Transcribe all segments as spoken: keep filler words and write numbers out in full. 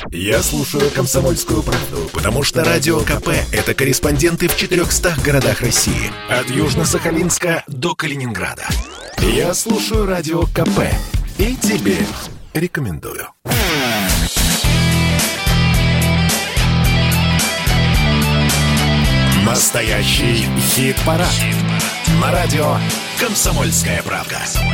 Я слушаю «Комсомольскую правду», потому что Радио КП – это корреспонденты в четырехстах городах России. От Южно-Сахалинска до Калининграда. Я слушаю Радио КП и тебе рекомендую. Настоящий хит-парад. На радио «Комсомольская правда».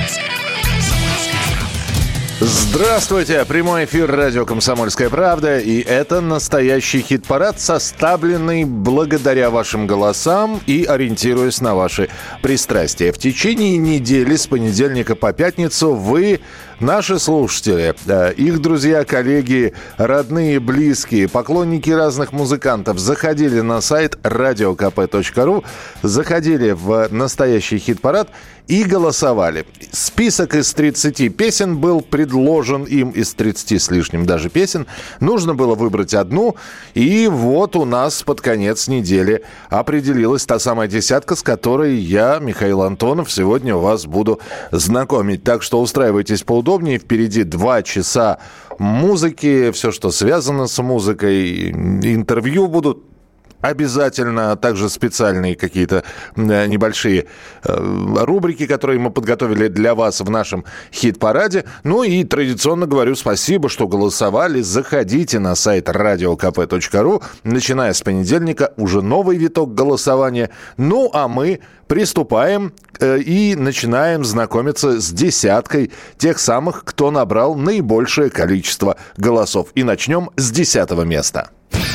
Здравствуйте! Прямой эфир радио «Комсомольская правда». И это настоящий хит-парад, составленный благодаря вашим голосам и ориентируясь на ваши пристрастия. В течение недели с понедельника по пятницу вы, наши слушатели, их друзья, коллеги, родные, близкие, поклонники разных музыкантов заходили на сайт радио ка пэ точка ру, заходили в настоящий хит-парад и голосовали. Список из тридцати песен был предложен им, из тридцати с лишним даже песен. Нужно было выбрать одну, и вот у нас под конец недели определилась та самая десятка, с которой я, Михаил Антонов, сегодня вас буду знакомить. Так что устраивайтесь поудобнее, впереди два часа музыки, все, что связано с музыкой, интервью будут. Обязательно, а также специальные какие-то небольшие рубрики, которые мы подготовили для вас в нашем хит-параде. Ну и традиционно говорю спасибо, что голосовали. Заходите на сайт радио ка пэ точка ру. Начиная с понедельника уже новый виток голосования. Ну а мы приступаем и начинаем знакомиться с десяткой тех самых, кто набрал наибольшее количество голосов. И начнем с десятого места.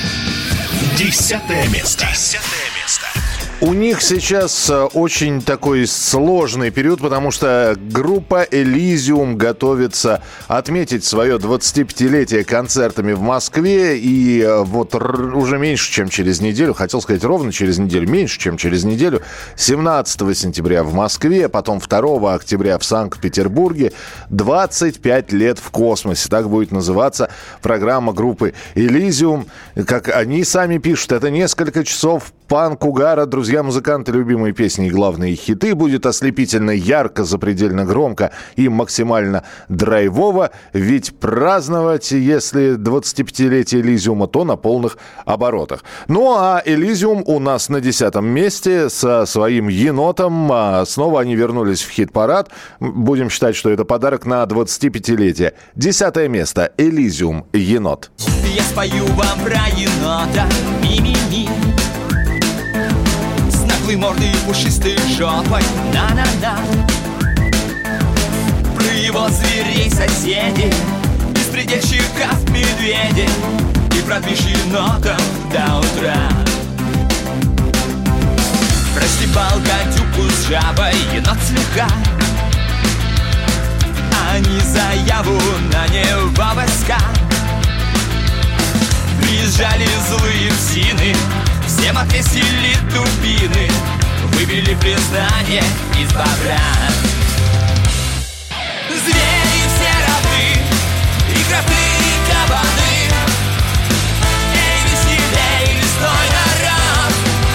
Десятое место. Десятое место. У них сейчас очень такой сложный период, потому что группа «Элизиум» готовится отметить свое двадцатипятилетие концертами в Москве. И вот уже меньше, чем через неделю, хотел сказать ровно через неделю, меньше, чем через неделю, семнадцатого сентября в Москве, потом второго октября в Санкт-Петербурге. двадцать пять лет в космосе. Так будет называться программа группы «Элизиум». Как они сами пишут, это несколько часов панк-угара, друзья музыканты, любимые песни и главные хиты. Будет ослепительно ярко, запредельно громко и максимально драйвово. Ведь праздновать, если двадцатипятилетие Элизиума, то на полных оборотах. Ну а Элизиум у нас на десятом месте со своим енотом. Снова они вернулись в хит-парад. Будем считать, что это подарок на двадцатипятилетие. Десятое место. Элизиум. Енот. Я спою вам про енота. Ми-ми-ми. Мордой пушистой жопой, на-на-на. Про его зверей соседей, беспредельщиков медведей и про движ енотов до утра. Простебал гадюку с жабой енот слегка. Они заяву на него войска. Приезжали злые псины, всем отвесили дубины, выбили признание из бобра. Звери все равны, и кроты, и кабаны. Эй, веселей, лесной народ!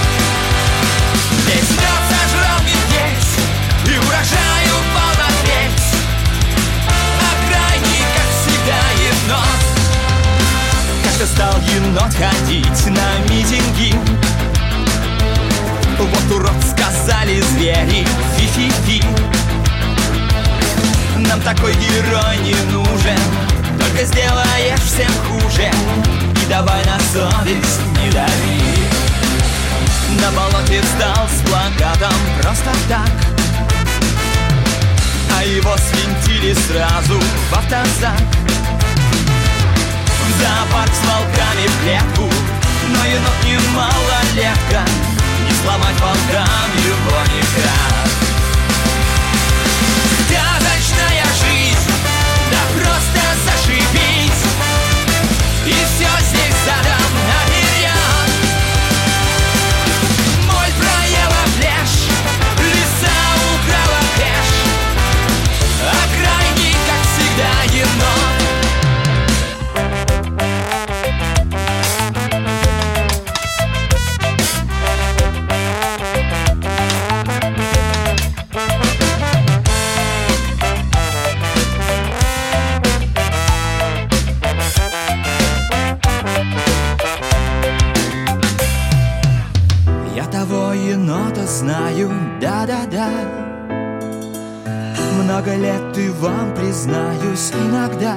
Весь мед сожрал медведь, и урожай упал на треть. А крайний, как всегда, енот. Как-то стал енот ходить на митинги. Вот урод, сказали звери, фи-фи-фи. Нам такой герой не нужен, только сделаешь всем хуже. И давай на совесть не дави. На болоте встал с плакатом просто так, а его свинтили сразу в автозак. В зоопарк с волками в клетку, но енот не малолетка. Не сломать волкам его никак. Сказочная жизнь, да просто зашибись. И все здесь задом наперед. Моль проела плешь, лиса украла кэш, а крайний, как всегда, енот. года. Много лет и вам признаюсь иногда.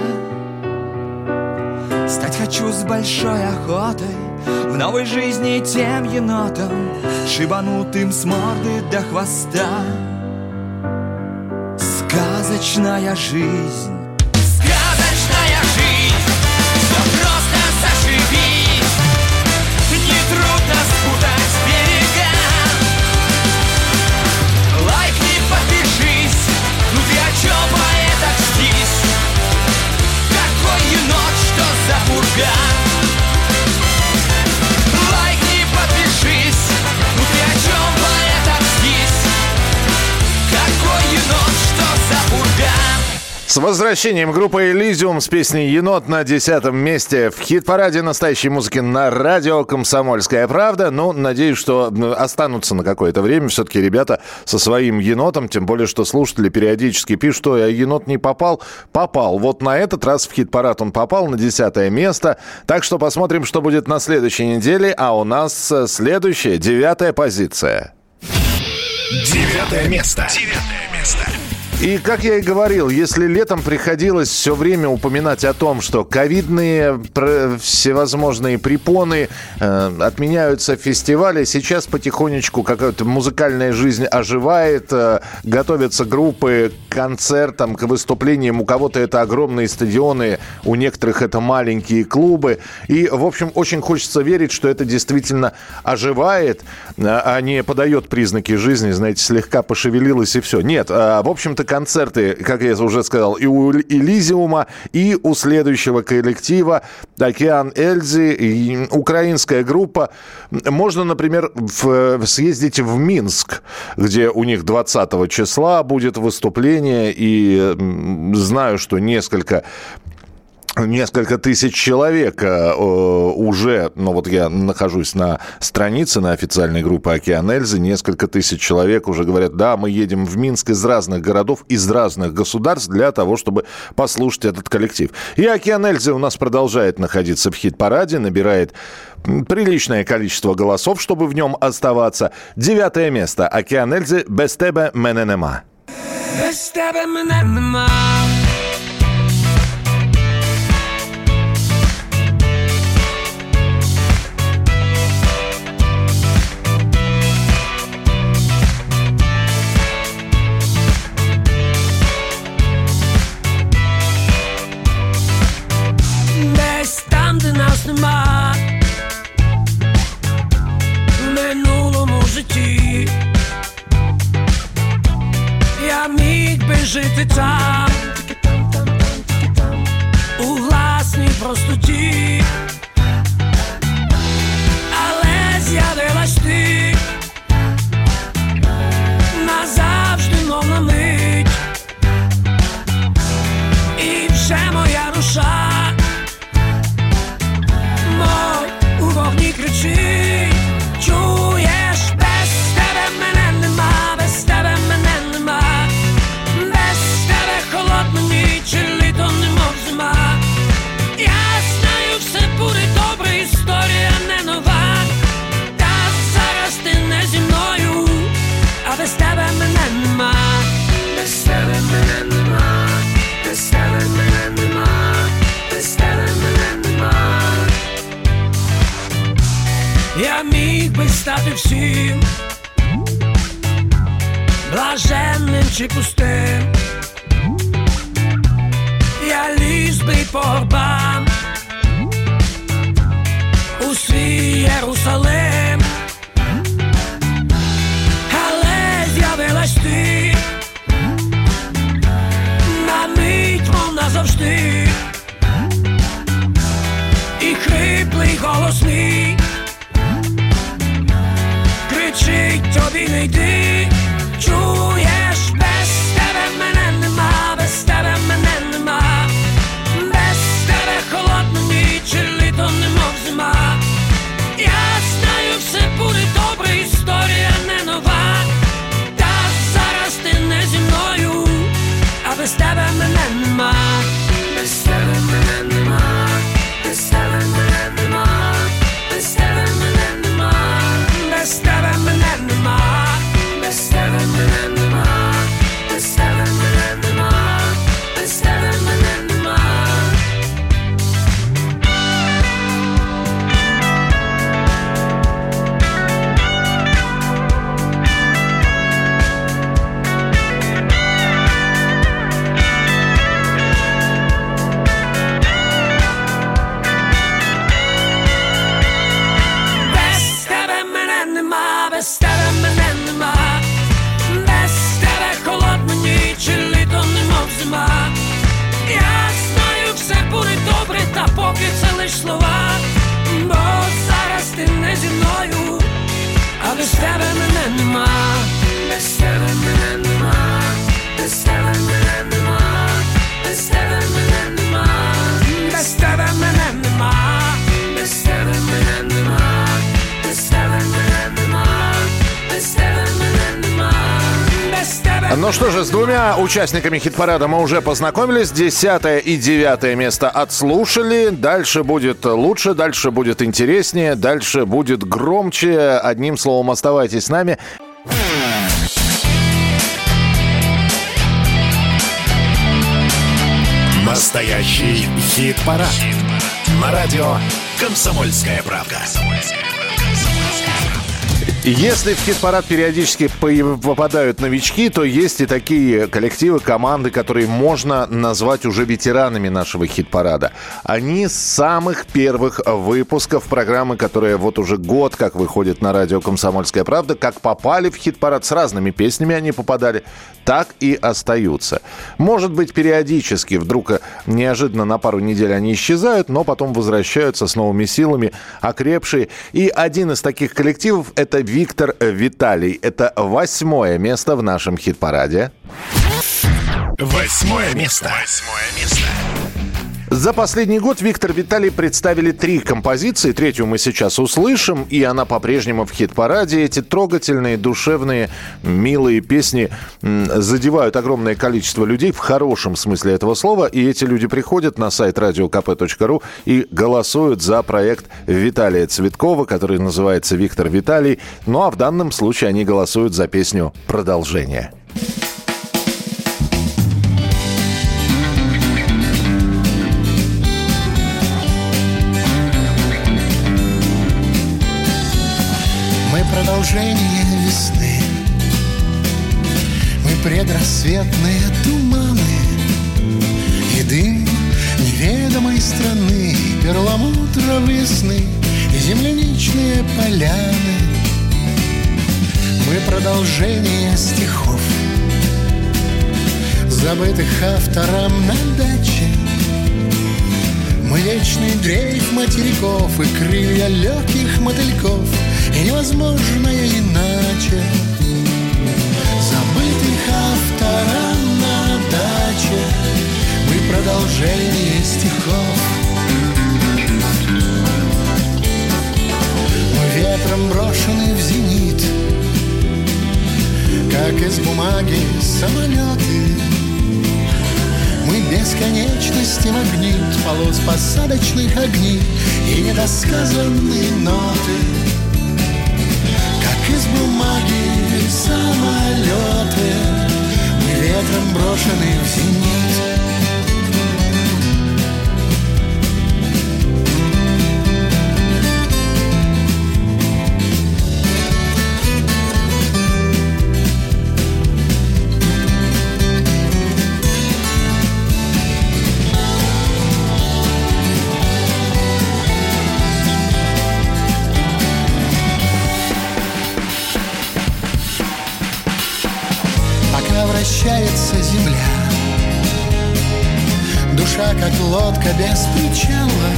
Стать хочу с большой охотой в новой жизни тем енотом, шибанутым с морды до хвоста. Сказочная жизнь, сказочная жизнь, все просто зашибись. Нетрудно спутать берега. Лайкни, подпишись, ну ты о чем поэта чтись? Какой енот, что за пурга? Лайкни, подпишись, ну ты о чем поэта чтись? Какой енот, что за пурга? С возвращением группы «Элизиум» с песней «Енот» на десятом месте в хит-параде настоящей музыки на радио «Комсомольская правда». Ну, надеюсь, что останутся на какое-то время все-таки ребята со своим енотом, тем более, что слушатели периодически пишут, что а енот не попал. Попал. Вот на этот раз в хит-парад он попал на десятое место. Так что посмотрим, что будет на следующей неделе. А у нас следующая, девятая позиция. Девятое место. Девятое место. И, как я и говорил, если летом приходилось все время упоминать о том, что ковидные всевозможные препоны, э, отменяются фестивали, сейчас потихонечку какая-то музыкальная жизнь оживает, э, готовятся группы к концертам, к выступлениям. У кого-то это огромные стадионы, у некоторых это маленькие клубы. И, в общем, очень хочется верить, что это действительно оживает, а не подает признаки жизни, знаете, слегка пошевелилось и все. Нет, э, в общем-то, концерты, как я уже сказал, и у «Элизиума», и у следующего коллектива «Океан Эльзы», и украинская группа. Можно, например, в, съездить в Минск, где у них двадцатого числа будет выступление, и знаю, что несколько... Несколько тысяч человек э, уже, ну вот я нахожусь на странице, на официальной группе «Океан Эльзы», несколько тысяч человек уже говорят, да, мы едем в Минск из разных городов, из разных государств для того, чтобы послушать этот коллектив. И «Океан Эльзы» у нас продолжает находиться в хит-параде, набирает приличное количество голосов, чтобы в нем оставаться. Девятое место. «Океан Эльзы» «Без тебе мене нема». Без тебе мене нема. Нема в минулому житті. Я міг би жити там, у власній простоті, але з'явилась ти назавжди, мов на мить, і вже моя душа кричить, чуєш, без тебе мене нема, без тебе мене нема, без тебе холодна ніч, літо немов зима. Я знаю, все буде добре, історія не нова, та зараз ти не зі мною, а без тебе мене нема, без тебе мене нема, без тебе мене нема, без тебе мене нема. Я міг би стати всім, блаженним чи пустим. Я ліз би по горбам у свій Єрусалим, але з'явилась ти на мить, мов назавжди, і хриплий голос мій кричить, тобі не йди, чуєш, без тебе мене нема, без тебе мене нема, без тебе холодна ніч, літо немов зима. Я знаю, все буде добре, історія не нова, та зараз ти не зі мною, а без тебе мене нема, без тебе мене нема, без тебе мене нема, без тебе мене нема, без тебе мене нема, без Ну что же, с двумя участниками хит-парада мы уже познакомились. Десятое и девятое место отслушали. Дальше будет лучше, дальше будет интереснее, дальше будет громче. Одним словом, оставайтесь с нами. Настоящий хит-парад. На радио «Комсомольская правда». Если в хит-парад периодически попадают новички, то есть и такие коллективы, команды, которые можно назвать уже ветеранами нашего хит-парада. Они с самых первых выпусков программы, которая вот уже год как выходит на радио «Комсомольская правда», как попали в хит-парад, с разными песнями они попадали, так и остаются. Может быть, периодически вдруг неожиданно на пару недель они исчезают, но потом возвращаются с новыми силами, окрепшие. И один из таких коллективов – это Виктор Виталий. Это восьмое место в нашем хит-параде. Восьмое место. Восьмое место. За последний год Виктор Виталий представили три композиции. Третью мы сейчас услышим, и она по-прежнему в хит-параде. Эти трогательные, душевные, милые песни задевают огромное количество людей в хорошем смысле этого слова. И эти люди приходят на сайт радио ка пэ точка ру и голосуют за проект Виталия Цветкова, который называется «Виктор Виталий». Ну а в данном случае они голосуют за песню «Продолжение». Продолжение весны. Мы предрассветные туманы и дым неведомой страны, перламутровые сны и земляничные поляны. Мы продолжение стихов, забытых автором на даче. Мы вечный дрейф материков и крылья легких мотыльков, и невозможное иначе. Забытых автором на даче мы продолжение стихов. Мы ветром брошены в зенит, как из бумаги самолеты. Мы бесконечности магнит полос посадочных огней и недосказанные ноты. Как из бумаги самолеты мы ветром брошены в зенит. Вращается земля, душа как лодка без причала.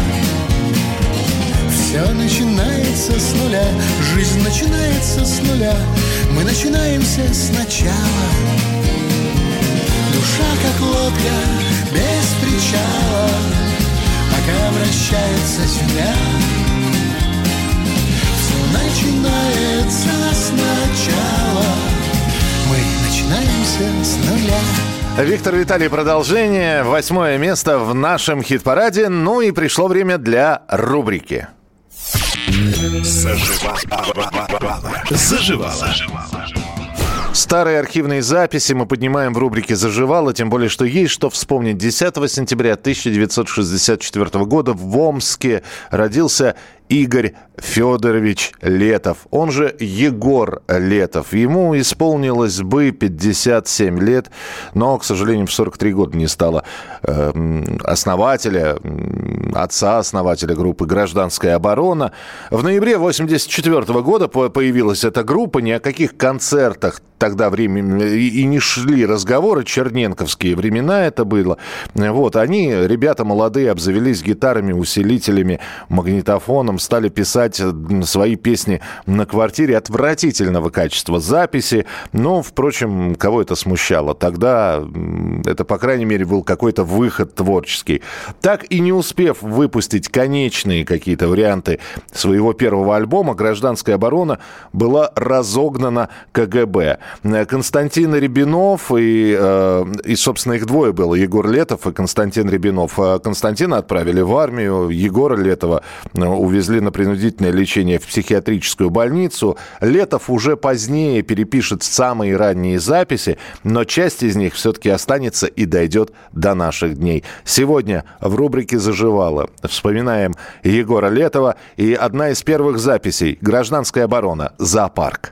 Все начинается с нуля, жизнь начинается с нуля, мы начинаемся сначала. Душа как лодка без причала, пока вращается земля. Все начинается сначала, мы начинаемся с нуля. Виктор Виталий, продолжение. Восьмое место в нашем хит-параде. Ну и пришло время для рубрики. Заживала. Заживала. Старые архивные записи мы поднимаем в рубрике «Заживало», тем более, что есть что вспомнить. десятого сентября тысяча девятьсот шестьдесят четвёртого года в Омске родился Игорь Федорович Летов, он же Егор Летов. Ему исполнилось бы пятьдесят семь лет, но, к сожалению, в сорок три года не стало э, основателя, отца-основателя группы «Гражданская оборона». В ноябре восемьдесят четвёртого года появилась эта группа, ни о каких концертах тогда время и не шли разговоры, черненковские времена это было. Вот, они, ребята молодые, обзавелись гитарами, усилителями, магнитофоном, стали писать свои песни на квартире отвратительного качества записи. Но, впрочем, кого это смущало? Тогда это, по крайней мере, был какой-то выход творческий. Так и не успев выпустить конечные какие-то варианты своего первого альбома, «Гражданская оборона» была разогнана ка гэ бэ. Константин Рябинов и, и, собственно, их двое было, Егор Летов и Константин Рябинов. Константина отправили в армию, Егора Летова увезли на принудительное лечение в психиатрическую больницу. Летов уже позднее перепишет самые ранние записи, но часть из них все-таки останется и дойдет до наших дней. Сегодня в рубрике «Заживало» вспоминаем Егора Летова и одна из первых записей «Гражданская оборона. Зоопарк».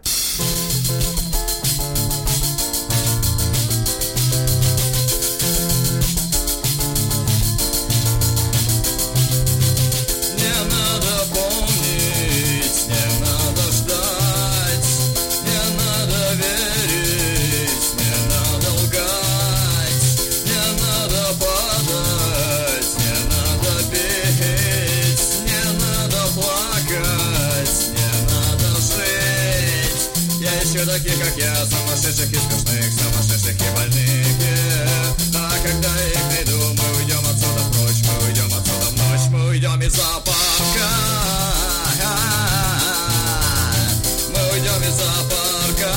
Таких, как я, сумасшедших и скучных, сумасшедших и больных, yeah. А когда их найду, мы уйдем отсюда прочь, мы уйдем отсюда в ночь, мы уйдем из зоопарка. Мы уйдем из зоопарка.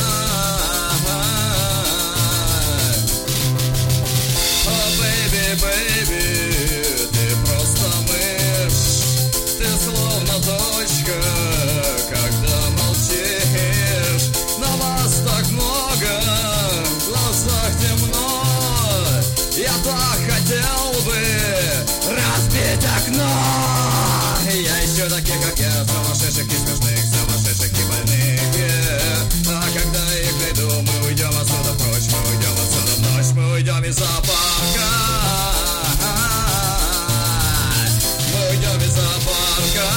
О, бэйби, бэйби, ты просто мышь, ты словно точка, когда молчишь. На вас так много, в глазах темно. Я так хотел бы разбить окно. Я ищу таких, как я, сумасшедших и смешных, сумасшедших и больных, yeah. А когда их найду, мы уйдем отсюда прочь, мы уйдем отсюда в ночь, мы уйдем из зоопарка. Мы уйдем из зоопарка.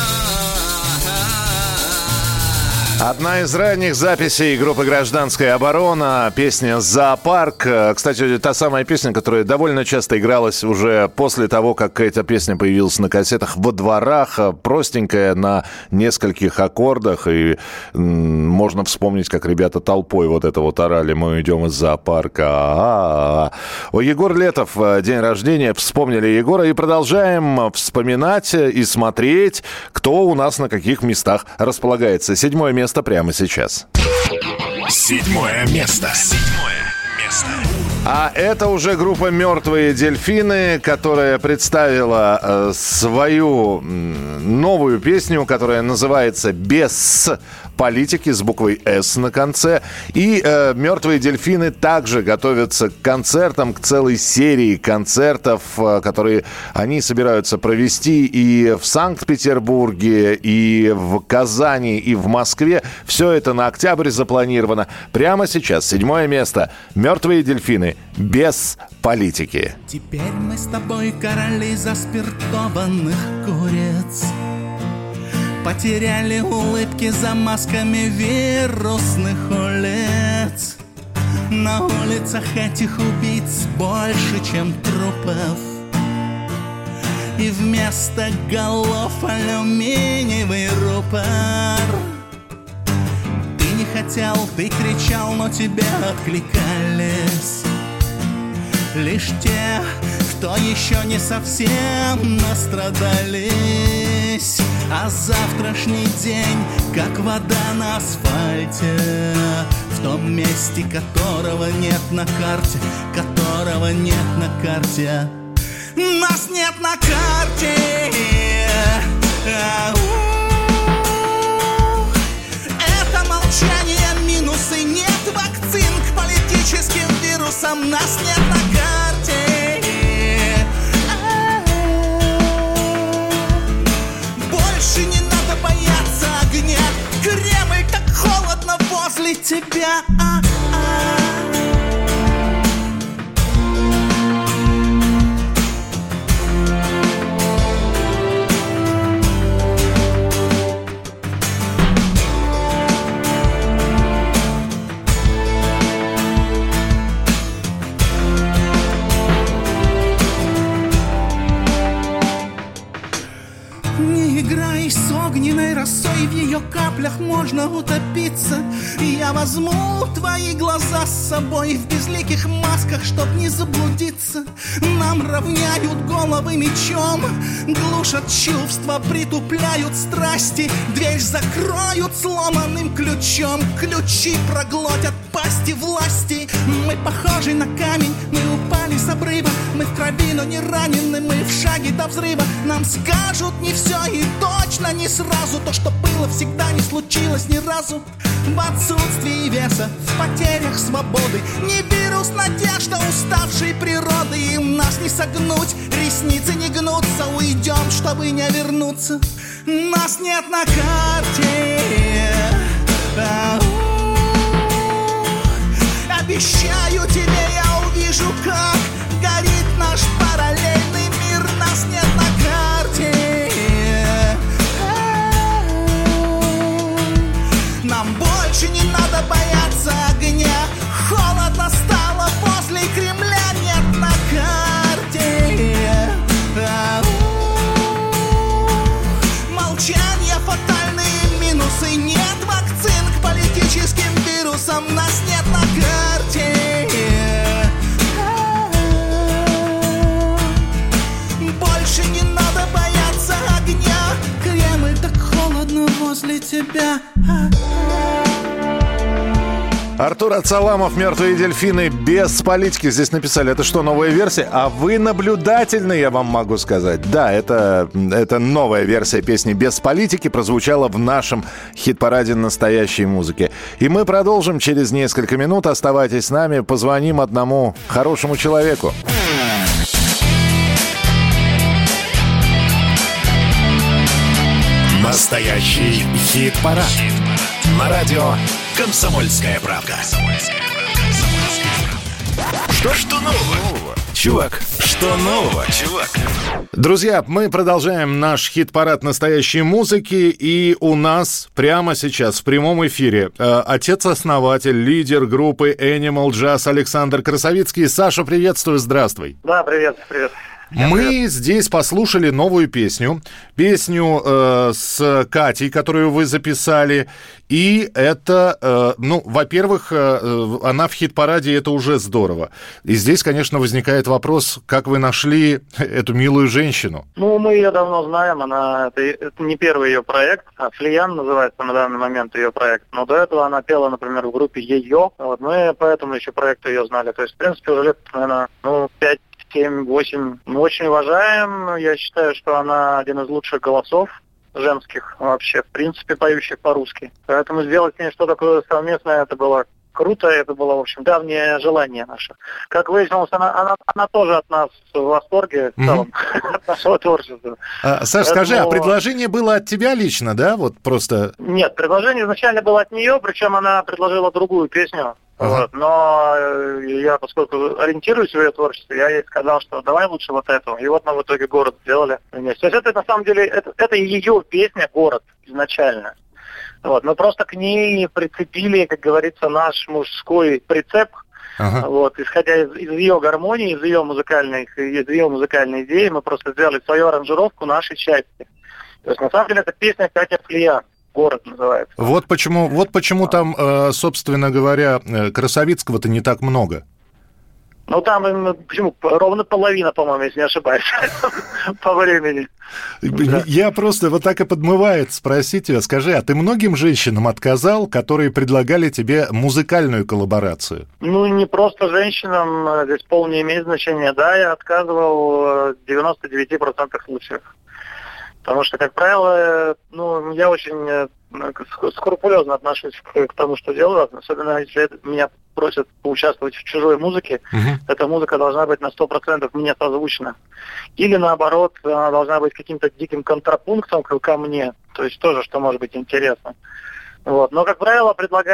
Одна из ранних записей группы «Гражданская оборона», песня «Зоопарк». Кстати, та самая песня, которая довольно часто игралась уже после того, как эта песня появилась на кассетах во дворах, простенькая, на нескольких аккордах. И м- можно вспомнить, как ребята толпой вот это вот орали: «Мы идем из зоопарка». А-а-а. О, Егор Летов, день рождения. Вспомнили Егора и продолжаем вспоминать и смотреть, кто у нас на каких местах располагается. Седьмое место прямо сейчас. Седьмое место. Седьмое место. А это уже группа «Мертвые дельфины», которая представила э, свою новую песню, которая называется «Без политики» с буквой «С» на конце. И э, «Мертвые дельфины» также готовятся к концертам, к целой серии концертов, э, которые они собираются провести и в Санкт-Петербурге, и в Казани, и в Москве. Все это на октябрь запланировано. Прямо сейчас седьмое место. «Мертвые дельфины» без политики. Теперь мы с тобой короли заспиртованных куриц. Потеряли улыбки за масками вирусных улиц. На улицах этих убийц больше, чем трупов. И вместо голов алюминиевый рупор. Ты не хотел, ты кричал, но тебе откликались лишь те, кто еще не совсем настрадались. А завтрашний день, как вода на асфальте, в том месте, которого нет на карте, которого нет на карте. Нас нет на карте. Это молчание, минусы, нет вакцин к политическим вирусам. Нас нет на карте. Больше не надо бояться огня. Кремль, так холодно возле тебя. Не играясь с огненной росой, в ее каплях можно утопиться. Я возьму твои глаза с собой в безликих масках, чтоб не заблудиться. Нам равняют головы мечом, глушат чувства, притупляют страсти. Дверь закроют сломанным ключом, ключи проглотят пасти власти. Мы похожи на камень, мы упали с обрыва. Мы в крови, но не ранены, мы в шаге до взрыва. Нам скажут не все и точно не сразу. То, что было, всегда не случилось ни разу. В отсутствии веса, в потерях свободы, не вирус, надежда уставшей природы. Им нас не согнуть, ресницы не гнутся. Уйдем, чтобы не вернуться. Нас нет на карте. Обещаю тебе, я увижу, как горит наш параллельный мир. Нас нет на карте. Нам больше не надо бояться огня. Холодно стало возле Кремля. Нет на карте. Молчание, фатальные минусы. Нет вакцин к политическим вирусам. Нас нет на карте. Больше не надо бояться огня. Кремль, так холодно возле тебя. Артур Ацаламов, «Мертвые дельфины» без политики. Здесь написали, это что, новая версия? А вы наблюдательны, я вам могу сказать. Да, это, это новая версия песни «Без политики» прозвучала в нашем хит-параде настоящей музыки. И мы продолжим через несколько минут. Оставайтесь с нами, позвоним одному хорошему человеку. Настоящий хит-парад. На радио «Комсомольская правда». Что, что нового, чувак? Что нового, чувак? Друзья, мы продолжаем наш хит-парад настоящей музыки. И у нас прямо сейчас в прямом эфире э, отец-основатель, лидер группы Animal Jazz Александр Красовицкий. Саша, приветствую, здравствуй. Да, привет, привет. Мы здесь послушали новую песню, песню э, с Катей, которую вы записали, и это, э, ну, во-первых, э, она в хит-параде, это уже здорово. И здесь, конечно, возникает вопрос, как вы нашли эту милую женщину? Ну, мы ее давно знаем, она, это, это не первый ее проект, а «Флиян» называется на данный момент ее проект, но до этого она пела, например, в группе «Ее», вот, мы поэтому еще проект ее знали, то есть, в принципе, уже лет, наверное, ну, пять семь-восемь. Мы очень уважаем. Я считаю, что она один из лучших голосов женских вообще, в принципе, поющих по-русски. Поэтому сделать с ней что-то такое совместное, это было круто, это было, в общем, давнее желание наше. Как выяснилось, она, она, она тоже от нас в восторге в целом, mm-hmm. от нашего творчества. А, Саш, Поэтому... скажи, а предложение было от тебя лично, да? Вот просто... Нет, предложение изначально было от нее, причем она предложила другую песню. Ага. Вот, но я, поскольку ориентируюсь в ее творчестве, я ей сказал, что давай лучше вот эту. И вот мы в итоге «Город» сделали вместе. То есть это, на самом деле, это, это ее песня «Город» изначально. Вот, мы просто к ней прицепили, как говорится, наш мужской прицеп, ага. вот, исходя из, из ее гармонии, из ее музыкальной, из ее музыкальной идеи, мы просто сделали свою аранжировку нашей части. То есть, на самом деле, это песня Катя Флиян. «Город» называется. Вот почему, вот почему там, собственно говоря, Красовицкого-то не так много. Ну, там почему? Ровно половина, по-моему, если не ошибаюсь, по времени. Я просто вот так и подмывает спросить тебя, скажи, а ты многим женщинам отказал, которые предлагали тебе музыкальную коллаборацию? Ну, не просто женщинам, здесь пол не имеет значения. Да, я отказывал в девяноста девяти процентах случаев. Потому что, как правило, ну, я очень скрупулезно отношусь к, к тому, что делаю, особенно если это, меня просят поучаствовать в чужой музыке, uh-huh. эта музыка должна быть на сто процентов мне созвучна. Или наоборот, она должна быть каким-то диким контрапунктом ко мне, то есть тоже, что может быть интересно. Вот. Но, как правило,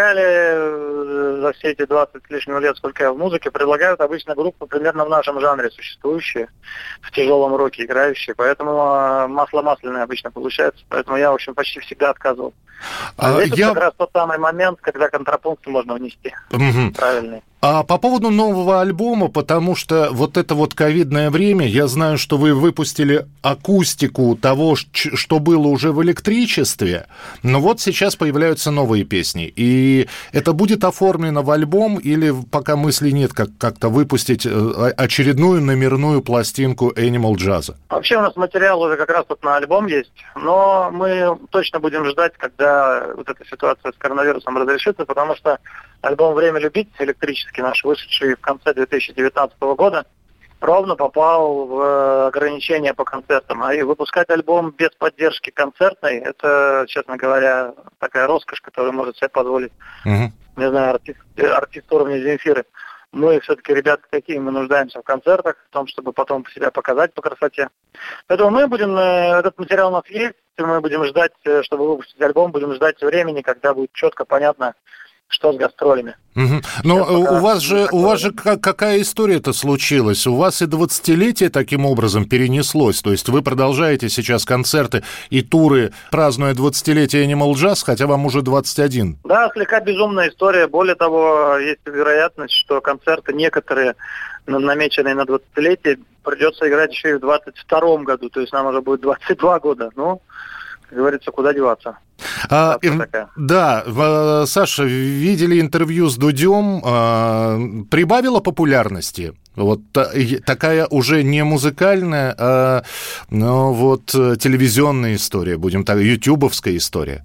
предлагали за все эти двадцать с лишним лет, сколько я в музыке, предлагают обычно группы примерно в нашем жанре существующие, в тяжелом роке играющие, поэтому масло масляное обычно получается, поэтому я, в общем, почти всегда отказывал. А здесь я... как раз тот самый момент, когда контрапункт можно внести. Угу. Правильный. А по поводу нового альбома, потому что вот это вот ковидное время, я знаю, что вы выпустили акустику того, что было уже в электричестве, но вот сейчас появляются новые песни. И это будет оформлено в альбом или пока мысли нет, как- как-то выпустить очередную номерную пластинку Animal Jazz? Вообще у нас материал уже как раз вот на альбом есть, но мы точно будем ждать, когда вот эта ситуация с коронавирусом разрешится, потому что альбом «Время любить» электрический наш, вышедший в конце две тысячи девятнадцатого года, ровно попал в ограничения по концертам. А и выпускать альбом без поддержки концертной, это, честно говоря, такая роскошь, которую может себе позволить, Угу. не знаю, артист, артист уровня Земфиры. Мы все-таки, ребята, такие, мы нуждаемся в концертах, в том, чтобы потом себя показать по красоте. Поэтому мы будем, этот материал у нас есть, мы будем ждать, чтобы выпустить альбом, будем ждать времени, когда будет четко понятно, что с гастролями. Угу. Но пока у вас же, не у вас же как- какая история-то случилась? У вас и двадцатилетие таким образом перенеслось, то есть вы продолжаете сейчас концерты и туры, празднуя двадцатилетие Animal Jazz, хотя вам уже двадцать один. Да, слегка безумная история. Более того, есть вероятность, что концерты некоторые, намеченные на двадцатилетие, придется играть еще и в двадцать втором году, то есть нам уже будет двадцать два года. Ну, как говорится, куда деваться. А, Правда и- такая. да, в- Саша, видели интервью с Дудем, а, прибавила популярности? Вот та- и- такая уже не музыкальная, а ну, вот э, телевизионная история, будем так, ютубовская история.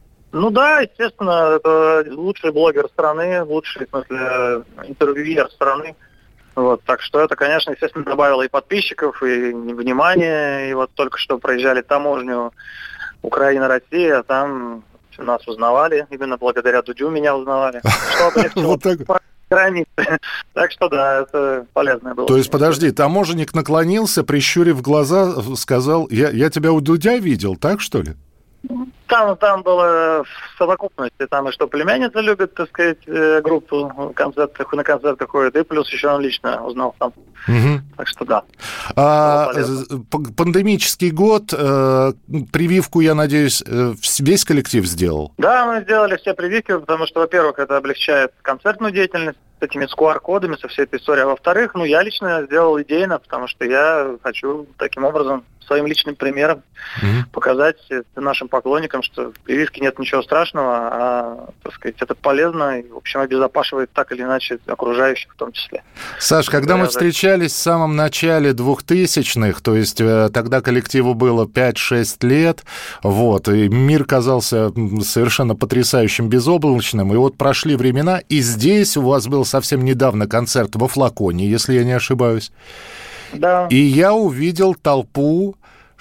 Ну да, естественно, это лучший блогер страны, лучший, в смысле, интервьюер страны. Вот, так что это, конечно, естественно, добавило и подписчиков, и внимания. И вот только что проезжали таможню Украина-Россия, там нас узнавали, именно благодаря Дудю меня узнавали. Что облегчило Вот так. границы. Так что да, это полезное было. То есть, подожди, таможенник наклонился, прищурив глаза, сказал, я, я тебя у Дудя видел, так что ли? Там, там было в совокупности, там и что племянница любит, так сказать, э, группу концертах, на концерты ходит, и плюс еще он лично узнал там. Мгм. Так что да. А, Было полезно. з- п- пандемический год, э, прививку, я надеюсь, э, вс- весь коллектив сделал? Да, мы сделали все прививки, потому что, во-первых, это облегчает концертную деятельность с этими с ку ар-кодами, со всей этой историей. А во-вторых, ну, я лично сделал идейно, потому что я хочу таким образом своим личным примером Мгм. показать нашим поклонникам, что в прививке нет ничего страшного, а, так сказать, это полезно и, в общем, обезопасивает так или иначе окружающих в том числе. Саш, когда мы Да, да. встречались в самом начале двухтысячных, то есть э, тогда коллективу было пять-шесть лет, вот, и мир казался м, совершенно потрясающим, безоблачным, и вот прошли времена, и здесь у вас был совсем недавно концерт во Флаконе, если я не ошибаюсь, Да. и я увидел толпу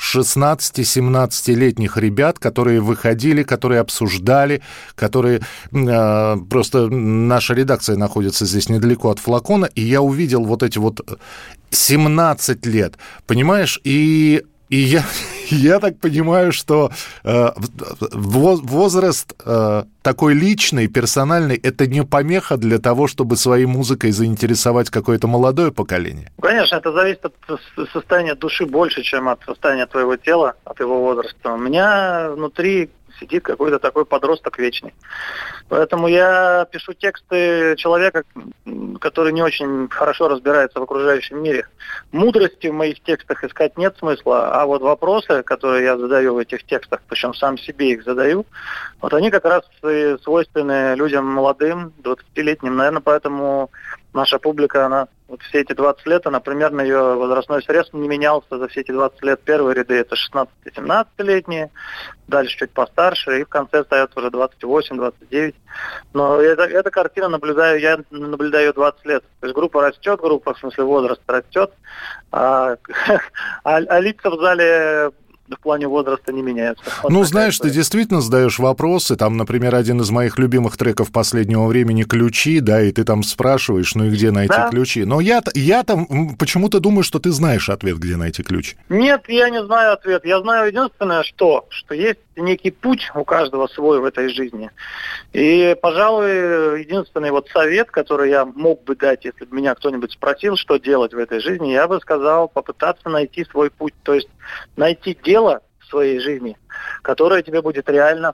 шестнадцати-семнадцатилетних ребят, которые выходили, которые обсуждали, которые... э, просто наша редакция находится здесь недалеко от Флакона, и я увидел вот эти вот семнадцать лет, понимаешь, и... И я, я так понимаю, что э, во- возраст э, такой личный, персональный, это не помеха для того, чтобы своей музыкой заинтересовать какое-то молодое поколение. Конечно, это зависит от со- состояния души больше, чем от состояния твоего тела, от его возраста. У меня внутри сидит какой-то такой подросток вечный. Поэтому я пишу тексты человека, м, который не очень хорошо разбирается в окружающем мире. Мудрости в моих текстах искать нет смысла, а вот вопросы, которые я задаю в этих текстах, причем сам себе их задаю, вот они как раз и свойственны людям молодым, двадцатилетним, наверное, поэтому наша публика, она вот все эти двадцать лет, она примерно, ее возрастной срез не менялся за все эти двадцать лет. Первые ряды это шестнадцати-семнадцатилетние, дальше чуть постарше, и в конце стоят уже двадцать восемь - двадцать девять. Но это, эта картина наблюдаю, я наблюдаю двадцать лет. То есть группа растет, группа, в смысле возраст растет, а, а, а лица в зале в плане возраста не меняются. Вот Ну, такая знаешь, история. ты действительно задаешь вопросы. Там, например, один из моих любимых треков последнего времени «Ключи», да, и ты там спрашиваешь, ну и где найти Да. ключи. Но я, я там м, почему-то думаю, что ты знаешь ответ, где найти ключи. Нет, я не знаю ответ. Я знаю единственное, что, что есть некий путь у каждого свой в этой жизни. И, пожалуй, единственный вот совет, который я мог бы дать, если бы меня кто-нибудь спросил, что делать в этой жизни, я бы сказал попытаться найти свой путь. То есть найти дело в своей жизни, которое тебе будет реально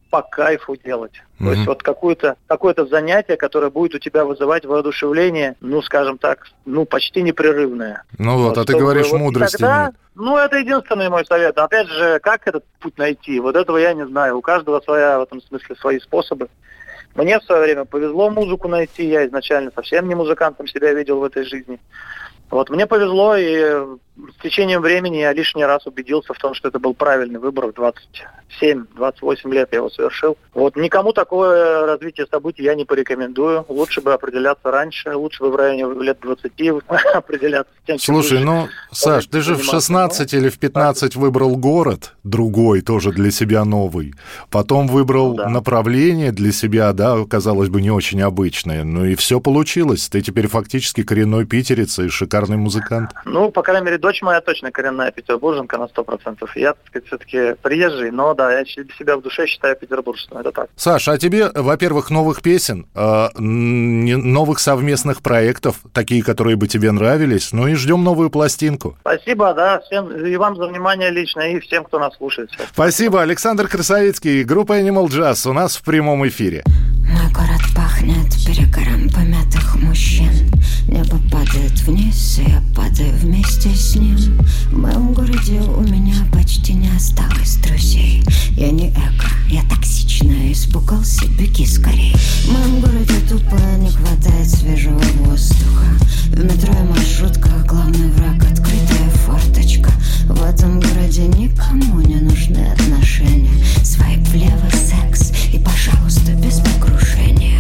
по кайфу делать. Mm-hmm. То есть вот какое-то, какое-то занятие, которое будет у тебя вызывать воодушевление, ну, скажем так, ну, почти непрерывное. Ну вот, вот а ты говоришь, вот мудрости тогда, нет. Ну, это единственный мой совет. Опять же, как этот путь найти? Вот этого я не знаю. У каждого своя, в этом смысле, свои способы. Мне в свое время повезло музыку найти. Я изначально совсем не музыкантом себя видел в этой жизни. Вот, мне повезло, и с течением времени я лишний раз убедился в том, что это был правильный выбор. В двадцать семь — двадцать восемь лет я его совершил. Вот, никому такое развитие событий я не порекомендую. Лучше бы определяться раньше, лучше бы в районе лет двадцати определяться с тем, Слушай, ну, Саш, ты же в шестнадцать или в пятнадцать выбрал город другой, тоже для себя новый. Потом выбрал ну, да. направление для себя, да, казалось бы, не очень обычное. Ну и все получилось. Ты теперь фактически коренной питерец и шикарный музыкант. Ну, по крайней мере, дочь моя точно коренная петербурженка на сто процентов. Я, так сказать, все-таки приезжий, но да, я себя в душе считаю петербуржцем, это так. Саш, а тебе, во-первых, новых песен, э, новых совместных проектов, такие, которые бы тебе нравились, ну и ждем новую пластинку. Спасибо, да, всем, и вам за внимание лично, и всем, кто нас слушает. Спасибо. Александр Красовицкий, группа Animal Jazz у нас в прямом эфире. Мой город пахнет перегаром помятых мужчин. Небо падает вниз, и я падаю вместе с ним. В моем городе у меня почти не осталось друзей. Я не эко, я токсичная, испугался, беги скорей. В моем городе тупо не хватает свежего воздуха. В метро и маршрутках главный враг — открытая форточка. В этом городе никому не нужны отношения. Свайп влево, секс и, пожалуйста, без покрушения.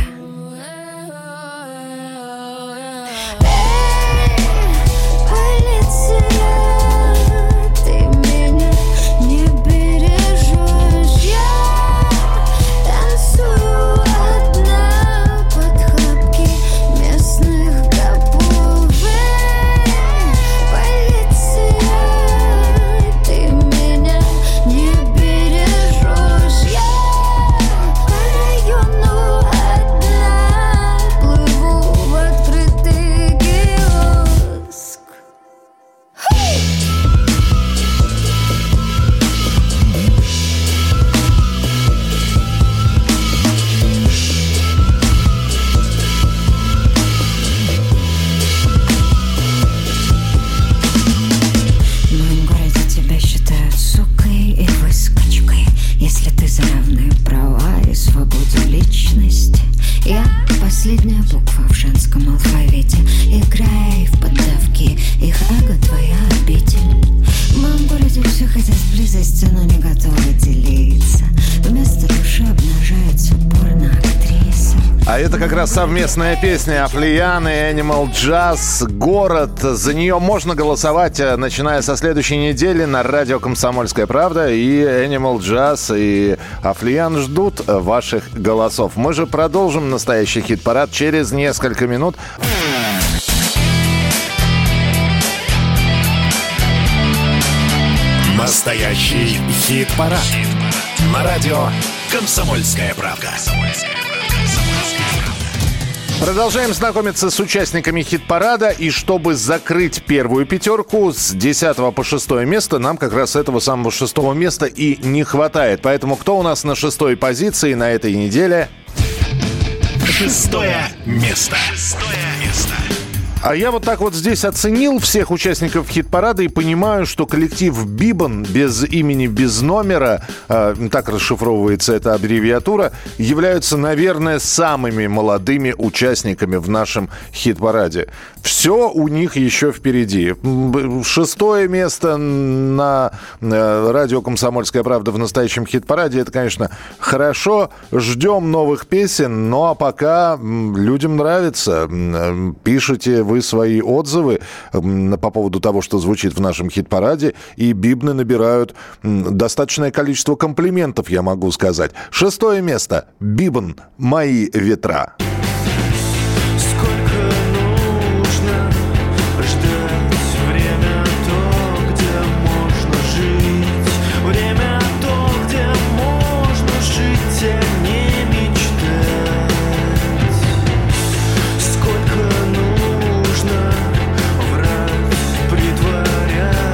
Последняя буква в женском алфавите. Играй в поддавки, их эго твоя обитель. В моем городе все хотят близости, но не готовы делиться. Вместо души обнажается порно-актриса. А это как раз совместная песня Афлиян и Animal Jazz «Город». За нее можно голосовать, начиная со следующей недели, на радио «Комсомольская правда». И Animal Jazz, и Афлиян ждут ваших голосов. Мы же продолжим настоящий хит-парад через несколько минут. Настоящий хит-парад. Хит-парад. На радио «Комсомольская правда». Продолжаем знакомиться с участниками хит-парада. И чтобы закрыть первую пятерку с десятого по шестое место, нам как раз этого самого шестого места и не хватает. Поэтому кто у нас на шестой позиции на этой неделе? Шестое место. Шестое место. А я вот так вот здесь оценил всех участников хит-парада и понимаю, что коллектив «Бибан» без имени, без номера, э, так расшифровывается эта аббревиатура, являются, наверное, самыми молодыми участниками в нашем хит-параде. Все у них еще впереди. Шестое место на э, радио «Комсомольская правда» в настоящем хит-параде. Это, конечно, хорошо. Ждем новых песен. Ну, а пока людям нравится. Пишите вы свои отзывы по поводу того, что звучит в нашем хит-параде, и бибны набирают достаточное количество комплиментов, я могу сказать. Шестое место. Бибн «Мои ветра».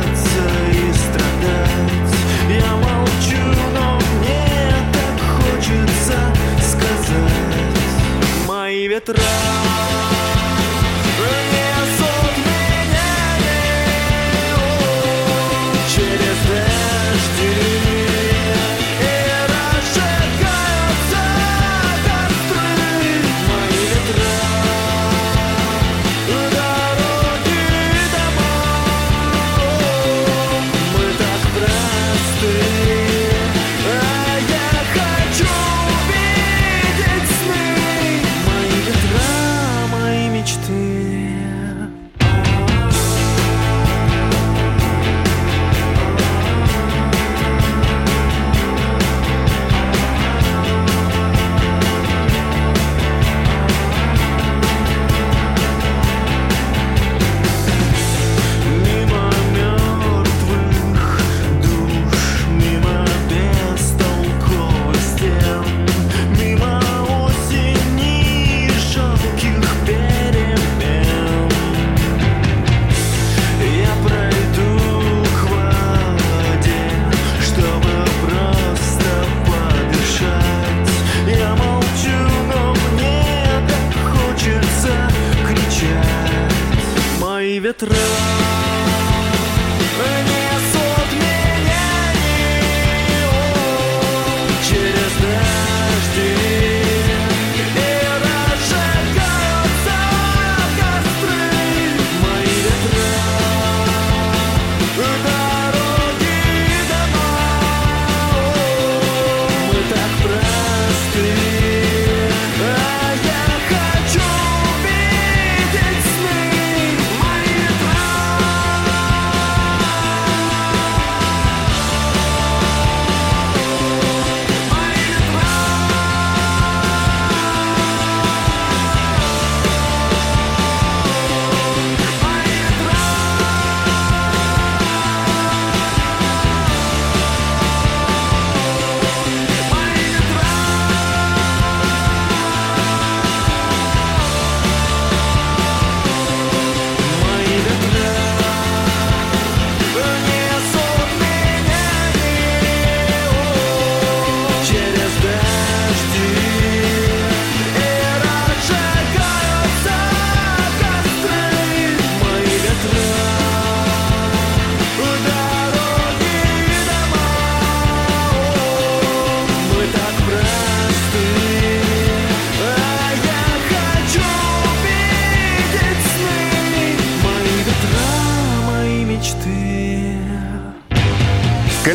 Я молчу, но мне так хочется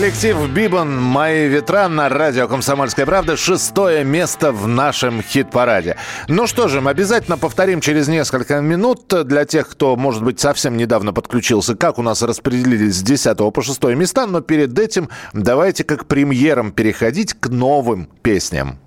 Коллектив Бибан «Мои ветра» на радио «Комсомольская правда». Шестое место в нашем хит-параде. Ну что же, мы обязательно повторим через несколько минут для тех, кто, может быть, совсем недавно подключился, как у нас распределились с десятого по шестое места. Но перед этим давайте как к премьерам переходить к новым песням.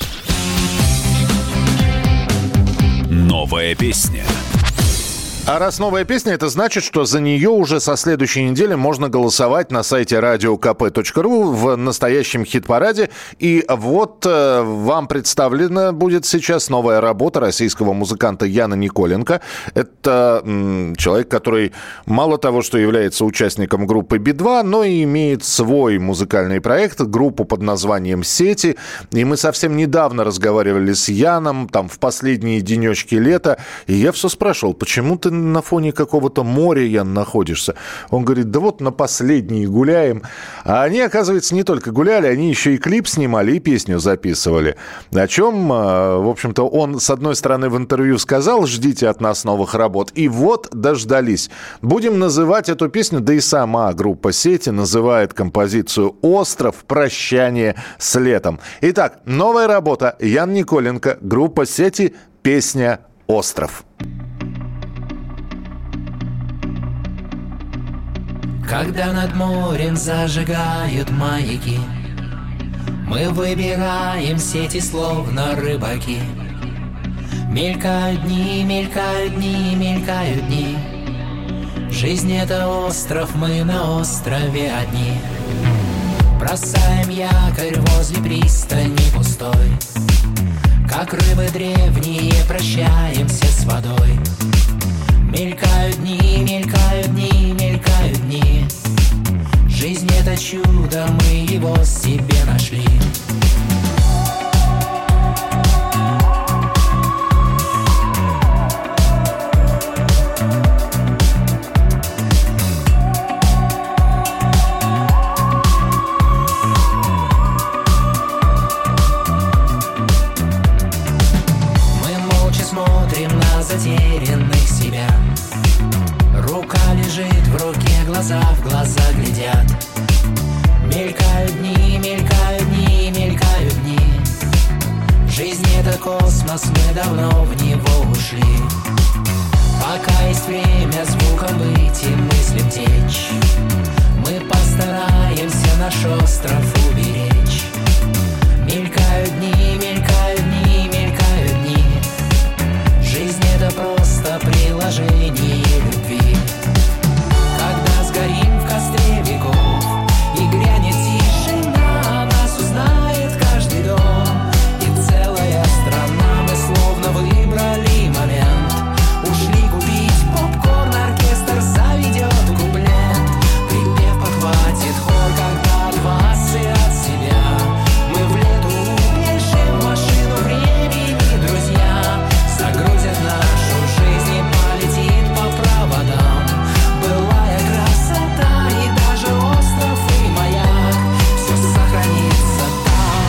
Новая песня. А раз новая песня, это значит, что за нее уже со следующей недели можно голосовать на сайте радио ка пэ точка ру в настоящем хит-параде. И вот э, вам представлена будет сейчас новая работа российского музыканта Яна Николенко. Это м, человек, который мало того, что является участником группы би два, но и имеет свой музыкальный проект, группу под названием «Сети». И мы совсем недавно разговаривали с Яном, там, в последние денечки лета, и я все спрашивал, почему ты на фоне какого-то моря, Ян, находишься? Он говорит, да вот на последние гуляем. А они, оказывается, не только гуляли, они еще и клип снимали, и песню записывали. О чем, в общем-то, он, с одной стороны, в интервью сказал, ждите от нас новых работ. И вот дождались. Будем называть эту песню, да и сама группа «Сети» называет композицию «Остров. Прощание с летом». Итак, новая работа. Ян Николенко, группа «Сети», песня «Остров». Когда над морем зажигают маяки, мы выбираем сети, словно рыбаки. Мелькают дни, мелькают дни, мелькают дни. Жизнь — это остров, мы на острове одни. Бросаем якорь возле пристани пустой. Как рыбы древние прощаемся с водой. Мелькают дни, мелькают дни, мелькают дни. Жизнь — это чудо, мы его себе нашли. Мы молча смотрим на затерянных себя. Рука лежит в руке, глаза в глаза глядят. Мелькают дни, мелькают дни, мелькают дни. Жизнь — это космос, мы давно в него ушли. Пока есть время звуком быть и мыслям течь, мы постараемся наш остров уберечь. Мелькают дни, мелькают дни, мелькают дни. Жизнь — это просто приложение любви. Когда сгорим в костре веков и грянет тишина, нас узнает каждый дом и целая страна. Мы словно выбрали момент, ушли купить попкорн, оркестр заведет куплет. Припев подхватит хор, когда от вас и от себя мы в лету убежим в машину времени, друзья. Загрузят нашу жизнь и полетит по проводам былая красота, и даже остров и маяк все сохранится там.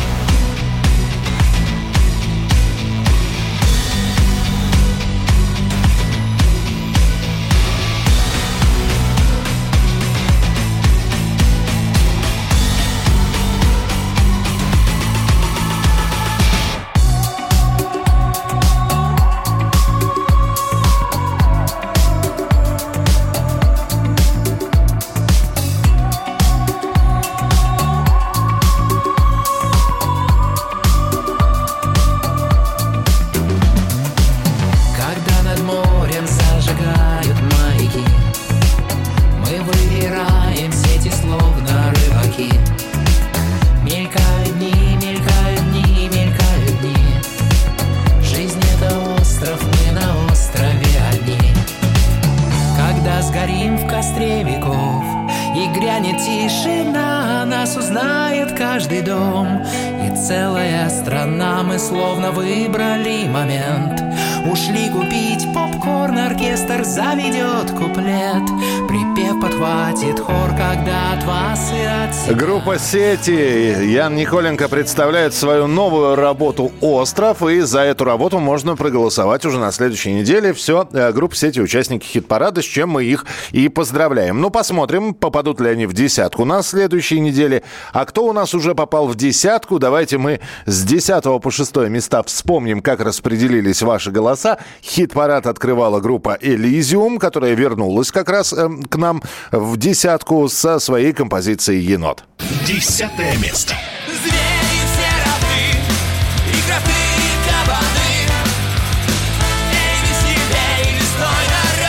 Когда над морем зажигают маяки, мы выбираем сети, словно рыбаки. Мелькают дни, мелькают дни, мелькают дни. Жизнь — это остров, мы на острове одни. Когда сгорим в костре веков и грянет тишина, нас узнает каждый дом и целая страна. Мы словно выбрали момент, ушли купить попкорн, оркестр заведет куплет, припев подхватит хор, когда от вас и от себя. Группа «Сети», Ян Николенко представляет свою новую работу «Остров», и за эту работу можно проголосовать уже на следующей неделе. Все, группа «Сети» — участники хит-парада, с чем мы их и поздравляем. Ну, посмотрим, попадут ли они в десятку на следующей неделе. А кто у нас уже попал в десятку? Давайте мы с десятого по шестое места вспомним, как распределились ваши голоса. Хит-парад открывала группа «Элизиум», которая вернулась как раз э, к нам в десятку со своей композицией «Енот». Десятое место. Звери все равны, и кроты, и кабаны. Эй, веселей, лесной